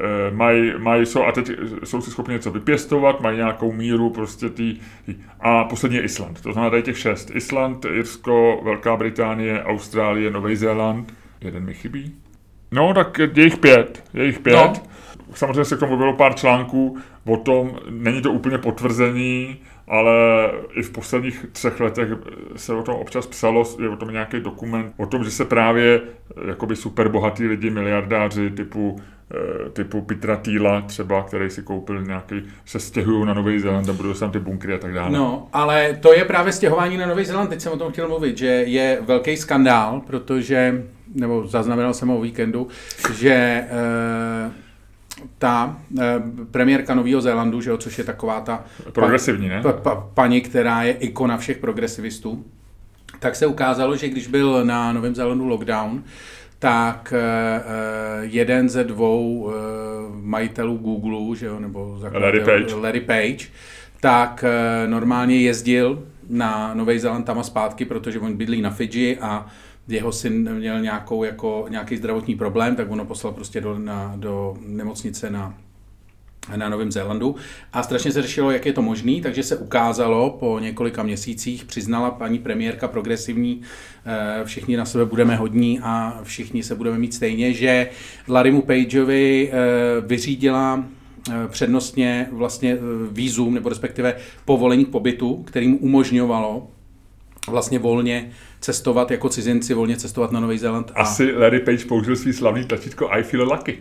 A teď jsou si schopni něco vypěstovat, mají nějakou míru prostě a poslední je Island. To znamená tady těch 6. Island, Irsko, Velká Británie, Austrálie, Nový Zéland. Jeden mi chybí. No, tak je jich 5. No. Samozřejmě se k tomu bylo pár článků o tom, není to úplně potvrzený, ale i v posledních 3 letech se o tom občas psalo, je o tom nějaký dokument, o tom, že se právě jakoby superbohatí lidi, miliardáři typu Petra Thiela třeba, který si koupil nějaký, se stěhují na Nový Zéland a budou tam ty bunkry a tak dále. No, ale to je právě stěhování na Nový Zéland, teď jsem o tom chtěl mluvit, že je velký skandál, protože, nebo zaznamenal jsem o víkendu, že ta premiérka Nového Zélandu, že jo, což je taková ta progresivní, ne? Paní, která je ikona všech progresivistů, tak se ukázalo, že když byl na Novém Zélandu lockdown, tak jeden ze dvou majitelů Google, že jo, nebo Larry Page, tak normálně jezdil na Nový Zéland tam a zpátky, protože on bydlí na Fidži a jeho syn měl nějaký zdravotní problém, tak on ho poslal prostě do nemocnice na Novém Zélandu a strašně se řešilo, jak je to možný, takže se ukázalo po několika měsících, přiznala paní premiérka progresivní, všichni na sebe budeme hodní a všichni se budeme mít stejně, že Larrymu Pageovi vyřídila přednostně vlastně vízum, nebo respektive povolení k pobytu, který mu umožňovalo vlastně volně cestovat jako cizinci, volně cestovat na Nový Zéland. Asi Larry Page použil svý slavný tlačítko I feel lucky.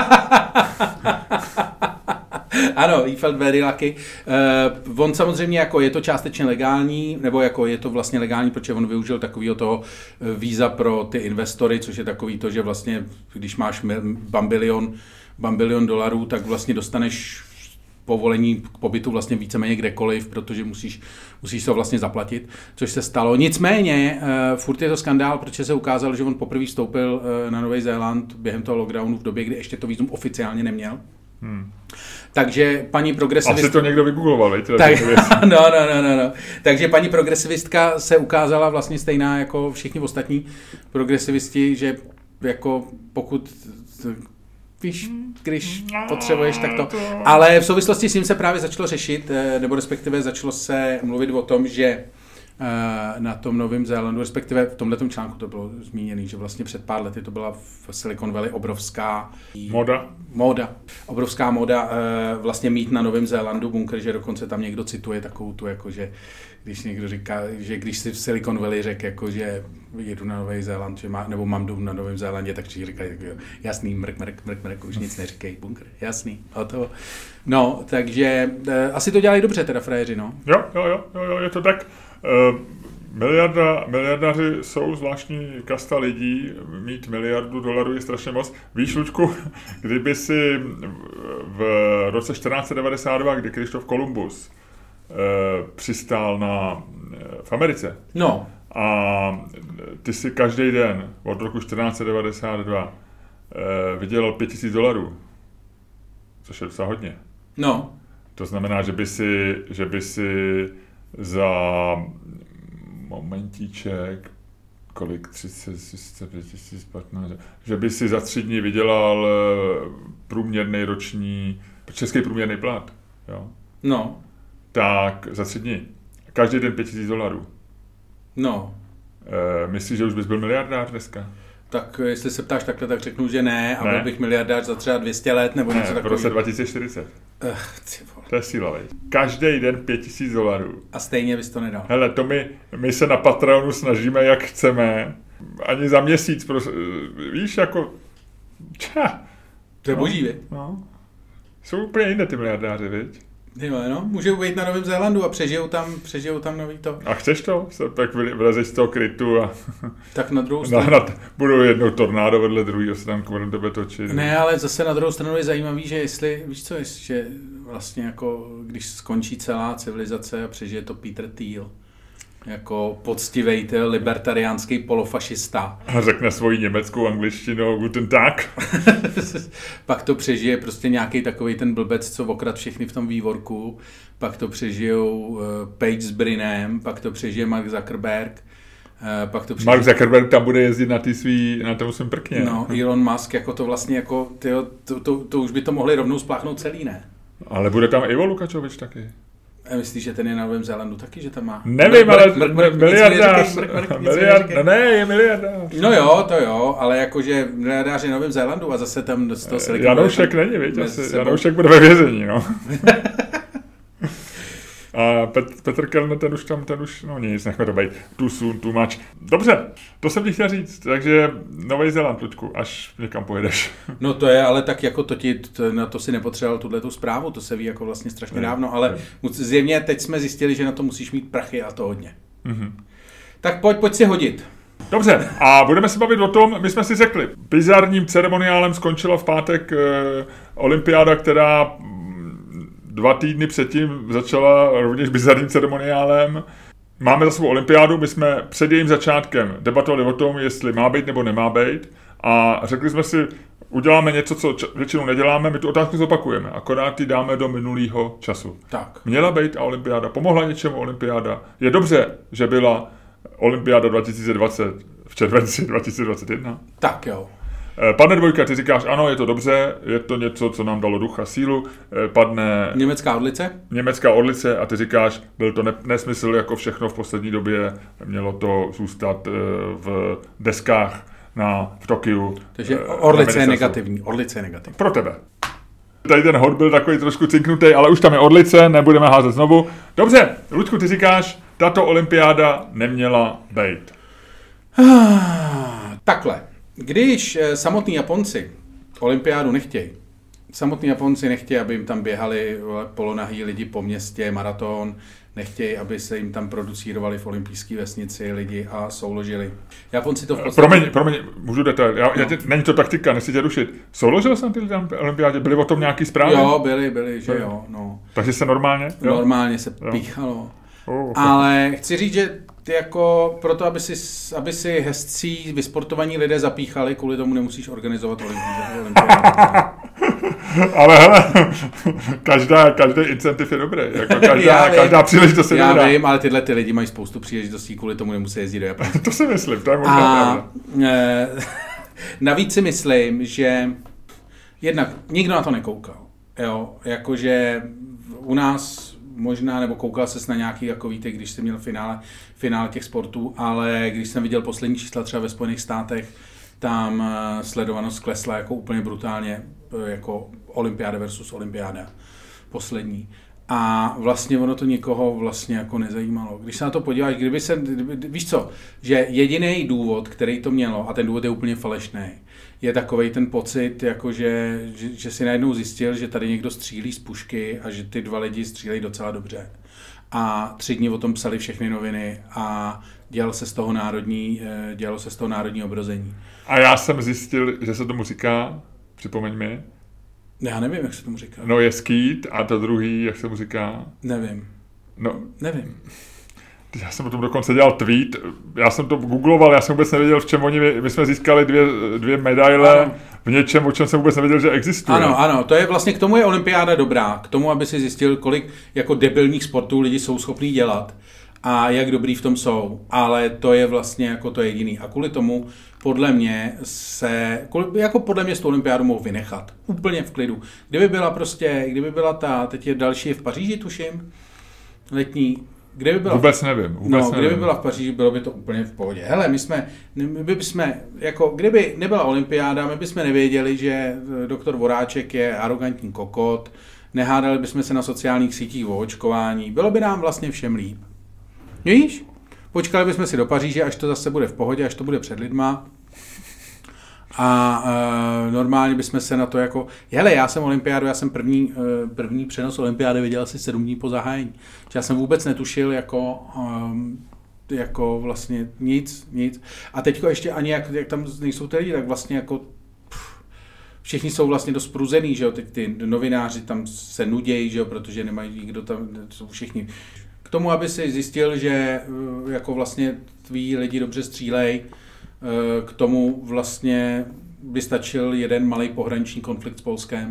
Ano, he felt very lucky. On samozřejmě jako je to částečně legální, nebo jako je to vlastně legální, protože on využil takového toho víza pro ty investory, což je takový to, že vlastně, když máš bambilion dolarů, tak vlastně dostaneš povolení k pobytu vlastně víceméně kdekoliv, protože musíš to vlastně zaplatit, což se stalo. Nicméně, furt je to skandál, protože se ukázalo, že on poprvé vstoupil na Nový Zéland během toho lockdownu v době, kdy ještě to vízum oficiálně neměl. Takže paní progresivistka... Asi to někdo vygoogloval, veď? No. Takže paní progresivistka se ukázala vlastně stejná jako všichni ostatní progresivisti, že jako pokud... Víš, když potřebuješ, tak to... Ale v souvislosti s tím se právě začalo řešit, nebo respektive začalo se mluvit o tom, že na tom Novém Zélandu, respektive v tomhletom článku to bylo zmíněné, že vlastně před pár lety to byla v Silicon Valley obrovská obrovská moda vlastně mít na Novém Zélandu bunkr, že dokonce tam někdo cituje takovou tu, jako že když někdo říká, že když si v Silicon Valley řekl, jako že jedu na Nový Zéland, že nebo mám dům na Novém Zélandě, tak všichni říkají, jasný, mrk, už nic neříkej, bunkr, jasný, hotovo. No, takže asi to dělají dobře teda frajeři, no. Jo, je to tak. Miliardáři jsou zvláštní kasta lidí, mít $1 miliardu je strašně moc. Víš, Luďku, kdyby si v roce 1492, kdy Krištof Kolumbus přistál v Americe, no. A ty si každý den od roku 1492 vydělal $5,000, což je docela hodně. No. To znamená, že by si za momentíček, kolik, 30, 15, že by si za 3 dny vydělal průměrný roční, český průměrný plat, jo? No. Tak za 3 dny. Každý den $5,000. No. Myslíš, že už bys byl miliardář dneska? Tak jestli se ptáš takhle, tak řeknu, že ne, a byl bych miliardář za třeba 200 let, nebo něco takového. V roce 2040. To je síla, veď. Každý den $5,000. A stejně bys to nedal. Hele, to my se na Patreonu snažíme, jak chceme. Ani za měsíc, víš, jako... To je boží, viď? No. Jsou úplně jiné ty miliardáři, viď? No, můžou být na Novém Zélandu a přežijou tam nový to. A chceš to? Pak vylezeš z toho krytu a... Tak na druhou stranu... Budou jednou tornádo vedle druhého, se tam kolem tebe točit. Ne, ale zase na druhou stranu je zajímavý, že jestli, víš co, že vlastně jako, když skončí celá civilizace a přežije to Peter Thiel, jako poctivej, libertariánský polofašista. A řekne svoji německou angličtinou Guten Tag. Pak to přežije prostě nějaký takovej ten blbec, co okradl všechny v tom vývorku. Pak to přežijou Page s Brinem, pak to přežije Mark Zuckerberg. Mark Zuckerberg tam bude jezdit na tom svém prkně. No, Elon Musk, jako to vlastně, jako, to už by to mohli rovnou spláchnout celý, ne? Ale bude tam Ivo Lukačovič taky. Myslíš, že ten je na Novém Zélandu taky, že tam má? Nevím, ale miliardář. Ne, je miliardář. No jo, to jo, ale jakože miliardář je na Novém Zélandu a zase tam z toho Silicon Valley. Janoušek není, víš, Janoušek bude ve vězení, no. A Petr Kellner, ten už, no nic, nechme to být, too much. Dobře, to jsem ti chtěl říct, takže Nový Zéland, Luďku, až někam pojedeš. No to je, ale tak jako na to si nepotřeboval tuhletu zprávu, to se ví jako vlastně strašně dávno, ale zjevně teď jsme zjistili, že na to musíš mít prachy a to hodně. Mm-hmm. Tak pojď si hodit. Dobře, a budeme se bavit o tom, my jsme si řekli, bizarním ceremoniálem skončila v pátek olympiáda, která 2 týdny předtím začala rovněž bizarním ceremoniálem. Máme za sebou olympiádu, my jsme před jejím začátkem debatovali o tom, jestli má být nebo nemá být a řekli jsme si, uděláme něco, co většinou neděláme, my tu otázku zopakujeme, akorát ji dáme do minulého času. Tak. Měla být a olympiáda, pomohla něčemu olympiáda. Je dobře, že byla olympiáda 2020 v červenci 2021? Tak jo. Padne 2, ty říkáš, ano, je to dobře, je to něco, co nám dalo ducha, sílu. Padne Německá orlice a ty říkáš, byl to nesmysl jako všechno v poslední době, mělo to zůstat v deskách v Tokiu. Takže orlice je negativní. Pro tebe. Tady ten hod byl takový trošku cinknutý, ale už tam je orlice, nebudeme házet znovu. Dobře, Luďku, ty říkáš, tato olympiáda neměla být. Takhle. Když samotní Japonci olympiádu nechtějí, aby jim tam běhali polonahý lidi po městě, maraton, nechtějí, aby se jim tam producírovali v olympijské vesnici lidi a souložili. Japonci to v podstatě... Promiň, můžu detail. Není to taktika, nechci tě rušit. Souložil jsem ty olympiádě? Byly o tom nějaký zprávy? Jo, byly, že jo. No. Takže se normálně? Jo? Normálně se píchalo. Ale chci říct, že jako proto, aby si hezcí, vysportovaní lidé zapíchali, kvůli tomu nemusíš organizovat olympiádu. Ale hele, každý incentiv je dobrý. Jako každá příležitost je dobrá. Já vím, ale tyhle ty lidi mají spoustu příležitostí, kvůli tomu nemusí jezdit do Japonska. To si myslím, to je možná pravda. Navíc si myslím, že jednak nikdo na to nekoukal. Jo, jakože u nás možná, nebo koukal ses na nějaký, jako víte, když jsi měl finále těch sportů, ale když jsem viděl poslední čísla třeba ve Spojených státech, tam sledovanost klesla jako úplně brutálně, jako olympiáda versus olympiáda poslední. A vlastně ono to nikoho vlastně jako nezajímalo. Když se na to podíváš, víš co, že jediný důvod, který to mělo, a ten důvod je úplně falešný, je takovej ten pocit, jako že si najednou zjistil, že tady někdo střílí z pušky a že ty 2 lidi střílejí docela dobře. A 3 dny o tom psali všechny noviny a dělalo se z toho národní obrození. A já jsem zjistil, že se tomu říká, připomeň mi. Já nevím, jak se tomu říká. No je skýt a to druhý, jak se mu říká? Nevím. Nevím. Já jsem o tom dokonce dělal tweet, já jsem to googloval, já jsem vůbec nevěděl, v čem my jsme získali 2 medaile, ano. V něčem, o čem jsem vůbec nevěděl, že existuje. Ano, to je vlastně, k tomu je olympiáda dobrá, k tomu, aby si zjistil, kolik jako debilních sportů lidi jsou schopní dělat a jak dobrý v tom jsou, ale to je vlastně jako to jediný. A kvůli tomu, podle mě z tu olympiádu mohl vynechat, úplně v klidu. Kdyby byla teď je další v Paříži, tuším, letní. Kdyby byla v Paříži, bylo by to úplně v pohodě. Hele, kdyby nebyla olympiáda, my bychom nevěděli, že doktor Voráček je arrogantní kokot, nehádali bychom se na sociálních sítích o očkování, bylo by nám vlastně všem líp. Víš? Počkali bychom si do Paříže, až to zase bude v pohodě, až to bude před lidma. A normálně bychom se na to jako... Hele, já jsem první přenos olympiády viděl asi 7 dní po zahájení. Já jsem vůbec netušil jako vlastně nic. A teďko ještě ani jak tam nejsou ty lidi, tak vlastně jako... Všichni jsou vlastně dost pruzený, že jo, teď ty novináři tam se nudějí, že jo, protože nemají nikdo tam, jsou všichni. K tomu, aby si zjistil, že jako vlastně tví lidi dobře střílej, k tomu vlastně by stačil jeden malý pohraniční konflikt s Polskem.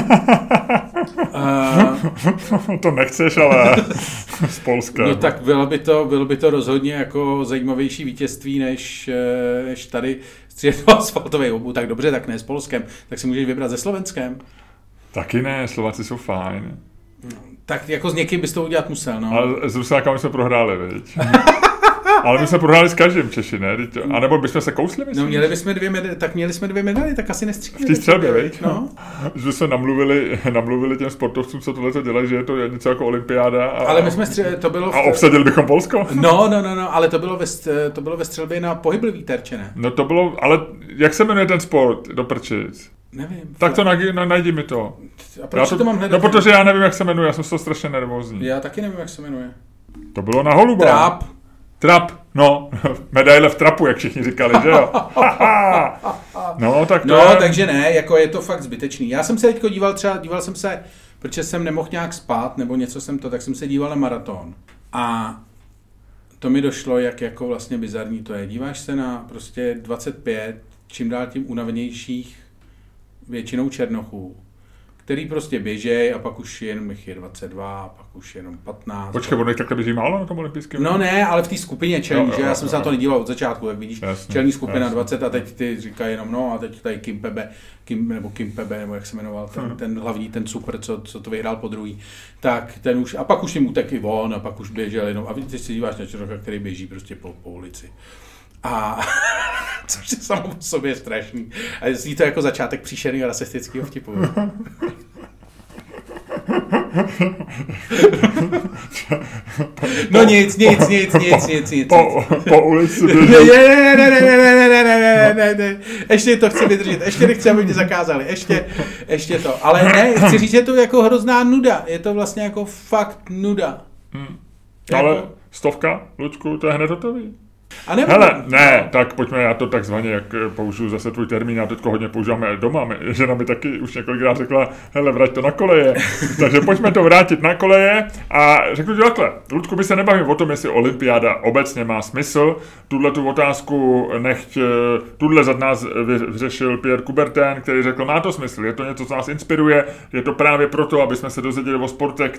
To nechceš, ale s Polskem. No tak bylo by to rozhodně jako zajímavější vítězství, než tady střílet asfaltový obu. Tak dobře, tak ne s Polskem. Tak si můžeš vybrat se Slovenskem. Taky ne, Slováci jsou fajn. Tak jako s někým bys to udělat musel, no. Ale s Rusákami jsme prohráli, viď? Ale my jsme prohráli s každým Češi, ne? A nebo bychom se kousli, myslím? No měli jsme 2 medaily, tak asi nestříleli. V té střelbě, viď? No. Že jsme namluvili těm sportovcům, co tohle dělají, že je to něco jako olympiáda. Ale my jsme to bylo... A obsadili bychom Polsko? No, ale to bylo ve střelbě na pohyblivý terče, ne? No to bylo, ale jak se jmenuje ten sport do prčic? Nevím. Tak to najdi mi to. A proč to mám hledat? No protože já nevím, jak se jmenuje, já jsem z toho strašně nervózní. Já taky nevím, jak se jmenuje. To bylo na holuba. Trap. No, medaile v trapu, jak všichni říkali, že jo? No, tak to no, takže ne, jako je to fakt zbytečný. Já jsem se teďko díval jsem se, protože jsem nemohl nějak spát, nebo něco tak jsem se díval na maraton. A to mi došlo, jak jako vlastně bizarní to je. Díváš se na prostě 25, čím dál tím unavenějších, většinou černochů, který prostě běžej a pak už jenom jich je 22, a pak už jenom 15. Počkej, ono jich takhle běží málo na tom olympijském? No ne, ale v té skupině čelní, že já jsem se na to nedíval od začátku, jak vidíš, jasně, čelní skupina 20 a teď ty říkají jenom no a teď tady Kim Pebe, nebo jak se jmenoval, ten hlavní, ten super, co to vyhrál po druhý, tak ten už, a pak už jim utek i on a pak už běžel jenom, a teď si díváš na člověka, který běží prostě po ulici. A což je samo o sobě strašný. A je to jako začátek příšerného rasistického vtipu. No nic. Po ulici ne. Ještě to chci vydržet, ještě nechci, aby mě zakázali, ještě to. Ale ne, chci říct, je to jako hrozná nuda, je to vlastně jako fakt nuda. Ale 100, Luďku, to je hned hotový. Hele, ne, tak pojďme, já to takzvaně, jak použiju zase tvůj termín, já teďko hodně používáme doma, žena mi taky už několikrát řekla, hele, vrať to na koleje, takže pojďme to vrátit na koleje a řeknu ti takhle, Ludku, my se nebavíme o tom, jestli olympiáda obecně má smysl, tu otázku tuhle za nás vyřešil Pierre Coubertin, který řekl, má to smysl, je to něco, co nás inspiruje, je to právě proto, aby jsme se dozvěděli o sportech,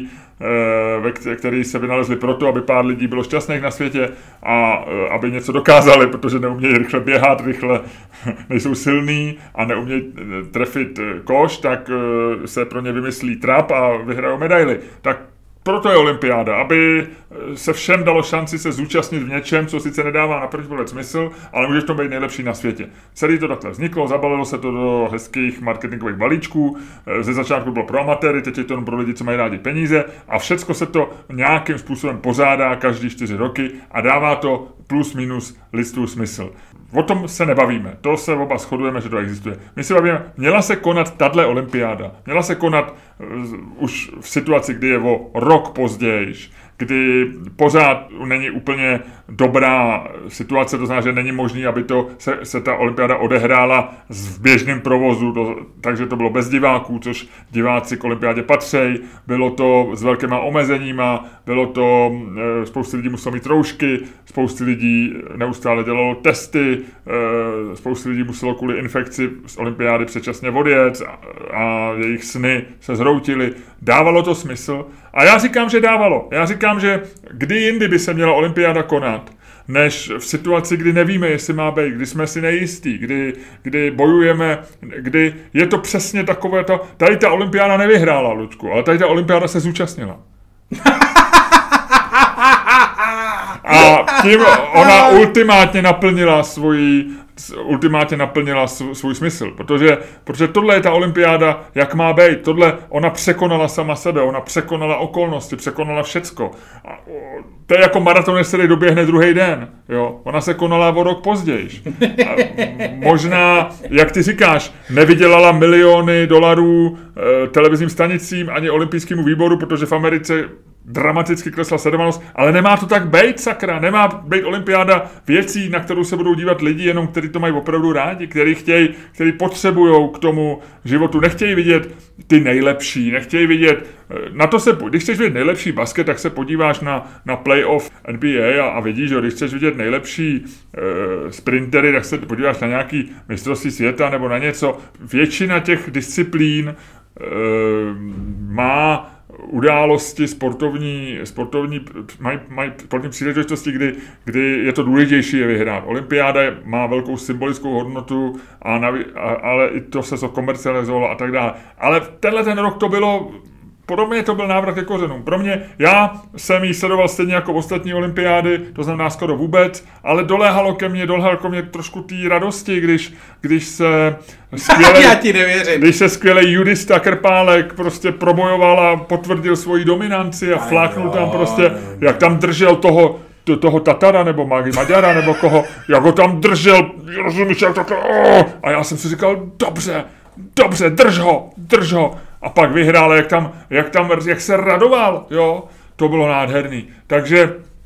který se vynalezli proto, aby pár lidí bylo šťastných na světě a aby něco dokázali, protože neumějí rychle běhat, rychle nejsou silní a neumějí trefit koš, tak se pro ně vymyslí trap a vyhrajou medaily. Tak proto je olympiáda, aby se všem dalo šanci se zúčastnit v něčem, co sice nedává na první pohled smysl, ale můžeš to být nejlepší na světě. Celý to takhle vzniklo, zabalilo se to do hezkých marketingových balíčků, ze začátku bylo pro amatéry, teď je to jenom pro lidi, co mají rádi peníze a všecko se to nějakým způsobem pořádá každý 4 roky a dává to plus minus lidstvu smysl. O tom se nebavíme, to se oba shodujeme, že to existuje. My se bavíme, měla se konat tato olympiáda, měla se konat už v situaci, kdy je o rok později, kdy pořád není úplně dobrá situace, to znamená, že není možné, aby se ta olympiáda odehrála v běžném provozu, takže to bylo bez diváků, což diváci k olympiádě patří, bylo to s velkýma omezeníma, bylo to, spoustu lidí muselo mít roušky, spoustu lidí neustále dělalo testy, spoustu lidí muselo kvůli infekci z olympiády předčasně odjet a jejich sny se zhroutily. Dávalo to smysl? A já říkám, že dávalo. Já říkám, že kdy jindy by se měla olympiáda konat, než v situaci, kdy nevíme, jestli má být, kdy jsme si nejistí, kdy bojujeme, kdy je to přesně takové to... Tady ta olympiáda nevyhrála, Luďku, ale tady ta olympiáda se zúčastnila. A tím ona ultimátně naplnila svůj smysl, protože tohle je ta olympiáda, jak má být. Tohle ona překonala sama sebe, ona překonala okolnosti, překonala všecko. A to je jako maratonec, který doběhne druhý den. Jo? Ona se konala o rok později. Možná, jak ty říkáš, nevydělala miliony dolarů televizním stanicím ani olympijskému výboru, protože v Americe dramaticky klesla sledovanost, ale nemá to tak být, sakra, nemá být olympiáda věcí, na kterou se budou dívat lidi, jenom kteří to mají opravdu rádi, kteří potřebujou k tomu životu, nechtějí vidět ty nejlepší, nechtějí vidět, když chceš vidět nejlepší basket, tak se podíváš na playoff NBA a vidíš, že když chceš vidět nejlepší sprintery, tak se podíváš na nějaký mistrovství světa nebo na něco. Většina těch disciplín má události sportovní mají sportovní příležitosti, kdy je to důležitější je vyhrát. Olympiáda má velkou symbolickou hodnotu, ale i to se komercializovalo a tak dále. Ale ten rok to bylo, pro mě to byl návrat ke kořenům. Pro mě, já jsem ji sledoval stejně jako ostatní olympiády, to znamená skoro vůbec, ale doléhalo ke mně trošku té radosti, když se skvělý judista Krpálek prostě probojoval a potvrdil svoji dominanci a fláknul tam prostě, jak tam držel toho Tatara nebo Maďara nebo koho, jak ho tam držel, rozumíš, jak takhle, a já jsem si říkal, dobře, drž ho. A pak vyhrál, jak se radoval, jo, to bylo nádherný. Takže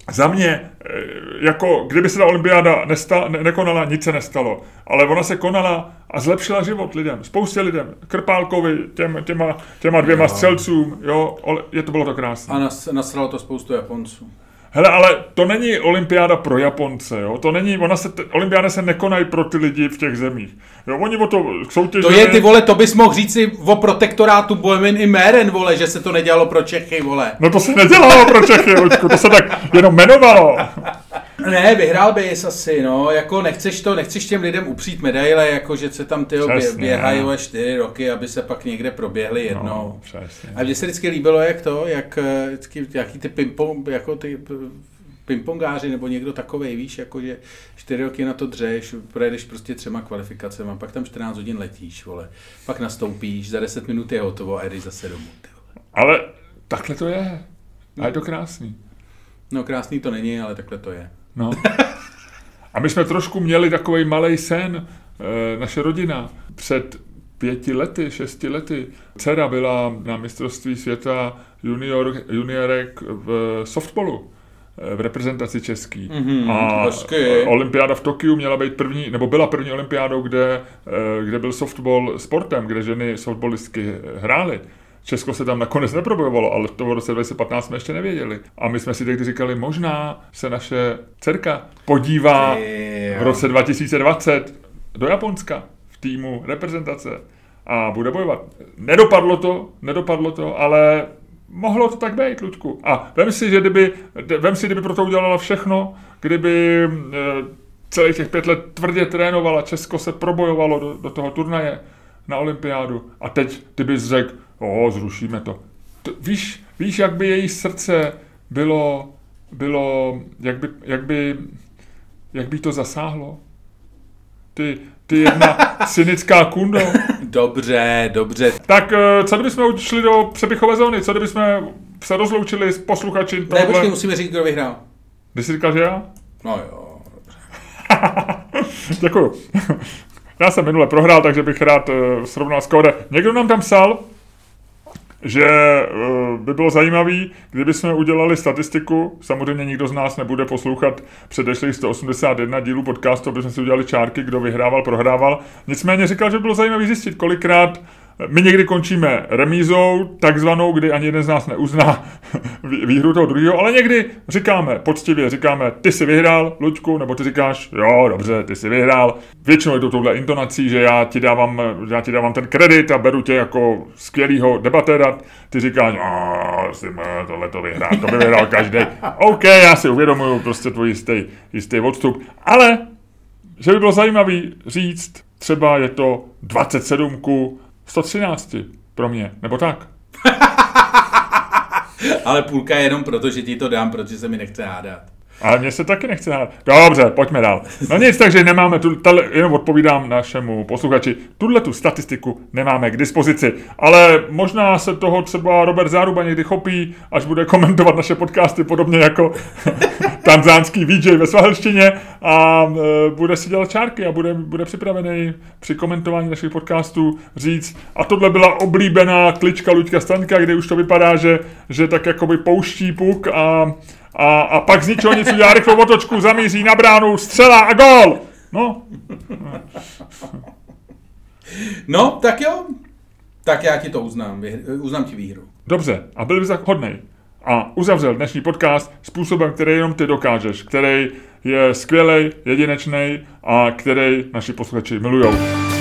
za mě, jako kdyby se ta olympiáda nekonala, nic se nestalo. Ale ona se konala a zlepšila život lidem, spoustě lidem. Krpálkovi, těma 2 střelcům, jo, to bylo to krásné. A nasralo to spoustu Japonců. Hele, ale to není olympiáda pro Japonce, jo? To není, olympiáda se nekonají pro ty lidi v těch zemích. Jo, oni o to soutěžili. To je, ty vole, to bys mohl říct si o protektorátu Bojmen i Méren, vole, že se to nedělalo pro Čechy, vole. No to se nedělalo pro Čechy, Luďku, to se tak jenom jmenovalo. Ne, vyhrál bys asi, no, jako nechceš těm lidem upřít medaile, jako že se tam běhají 4 roky, aby se pak někde proběhli jednou. No, přesně. A mně se vždycky líbilo, jak vždycky jaký ty pingpongáři nebo někdo takovej, víš, jako že 4 roky na to dřeš, projedeš prostě 3 kvalifikacemi, pak tam 14 hodin letíš, vole, pak nastoupíš, za 10 minut je hotovo a jdeš zase domů. Ale takhle to je. A je to krásný. No krásný to není, ale takhle to je. No. A my jsme trošku měli takovej malej sen, naše rodina, před 5 lety, 6 lety. Dcera byla na mistrovství světa juniorek v softballu, v reprezentaci český. A olympiáda v Tokiu měla být první, nebo byla první olympiádou, kde byl softball sportem, kde ženy softballistky hrály. Česko se tam nakonec neprobojovalo, ale to v roce 2015 jsme ještě nevěděli. A my jsme si tehdy říkali, možná se naše dcerka podívá v roce 2020 do Japonska v týmu reprezentace a bude bojovat. Nedopadlo to, ale mohlo to tak být, Luďku. A vem si, kdyby pro to udělala všechno, kdyby celých těch 5 let tvrdě trénovala, Česko se probojovalo do toho turnaje na olympiádu a teď ty bys řekl, zrušíme to. Víš, jak by její srdce bylo jak by to zasáhlo? Ty jedna cynická kundo. Dobře. Tak co kdybychom šli do přepichové zóny? Co kdybychom se rozloučili s posluchači? Ne, počkej, musíme říct, kdo vyhrál. Ty jsi říkal, že já? No jo, dobře. Děkuju. Já jsem minule prohrál, takže bych rád srovnal skóre. Někdo nám tam psal, že by bylo zajímavý, kdybychom udělali statistiku, samozřejmě nikdo z nás nebude poslouchat předešlých 181 dílů podcastu, aby jsme si udělali čárky, kdo vyhrával, prohrával. Nicméně říkal, že by bylo zajímavý zjistit, kolikrát my někdy končíme remízou, takzvanou, kdy ani jeden z nás neuzná výhru toho druhého, ale někdy poctivě říkáme, ty jsi vyhrál, Luďku, nebo ty říkáš, jo, dobře, ty jsi vyhrál. Většinou je to touhle intonací, že já ti dávám ten kredit a beru tě jako skvělýho debatéra. Ty říkáš, tohle to by vyhrál každý. OK, já si uvědomuju prostě tvůj jistý odstup, ale že by bylo zajímavý říct, třeba je to 27:113 pro mě, nebo tak. Ale půlka je jenom proto, že ti to dám, protože se mi nechce hádat. Ale mně se taky nechce hádat. Dobře, pojďme dál. No nic, takže nemáme, jenom odpovídám našemu posluchači, tu statistiku nemáme k dispozici, ale možná se toho třeba Robert Záruba někdy chopí, až bude komentovat naše podcasty, podobně jako tanzánský VJ ve svahelštině a bude si dělat čárky a bude připravený při komentování našich podcastů říct, a tohle byla oblíbená klička Luďka Staňka, kde už to vypadá, že tak jakoby pouští puk a pak z ničeho nic udělá rychlou otočku, zamíří na bránu, střela a gól! No. No, tak jo. Tak já ti to uznám ti výhru. Dobře, a byl bys tak hodnej. A uzavřel dnešní podcast způsobem, který jenom ty dokážeš, který je skvělej, jedinečnej a který naši posluchači milujou.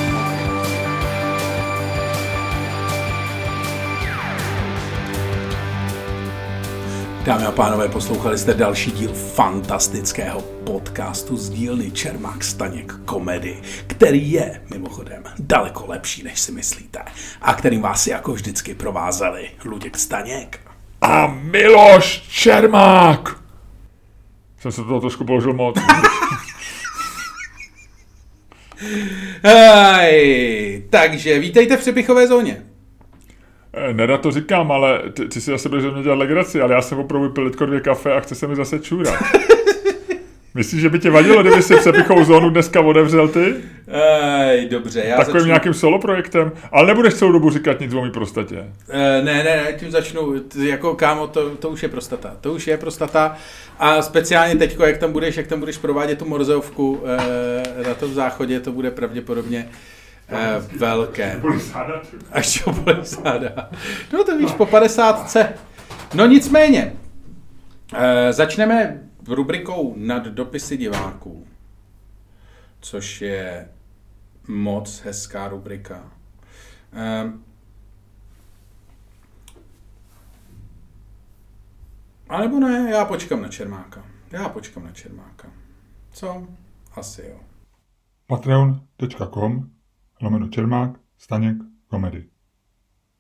Dámy a pánové, poslouchali jste další díl fantastického podcastu z dílny Čermák Staněk Komedy, který je mimochodem daleko lepší, než si myslíte, a kterým vás jako vždycky provázeli Luděk Staněk a Miloš Čermák. Jsem se toho trošku položil moc. Takže vítejte v přepichové zóně. Nerad to říkám, ale ty si zase budeš mě dělat legraci, ale já jsem opravdu vypil 2 kafe a chce se mi zase čůrat. Myslíš, že by tě vadilo, kdyby si Přepichou zónu dneska otevřel ty? Dobře, já takovým nějakým solo projektem? Ale nebudeš celou dobu říkat nic o mý prostatě. Ne, tím začnu, jako kámo, to už je prostata. To už je prostata a speciálně teďko, jak tam budeš provádět tu morzeovku na tom záchodě, to bude pravděpodobně velké. Až to bude záda. No to víš, po 50. No nicméně, začneme rubrikou Nad dopisy diváků, což je moc hezká rubrika. A nebo ne, já počkám na Čermáka. Co? Asi jo. Patreon.com/Čermák Staněk komedy.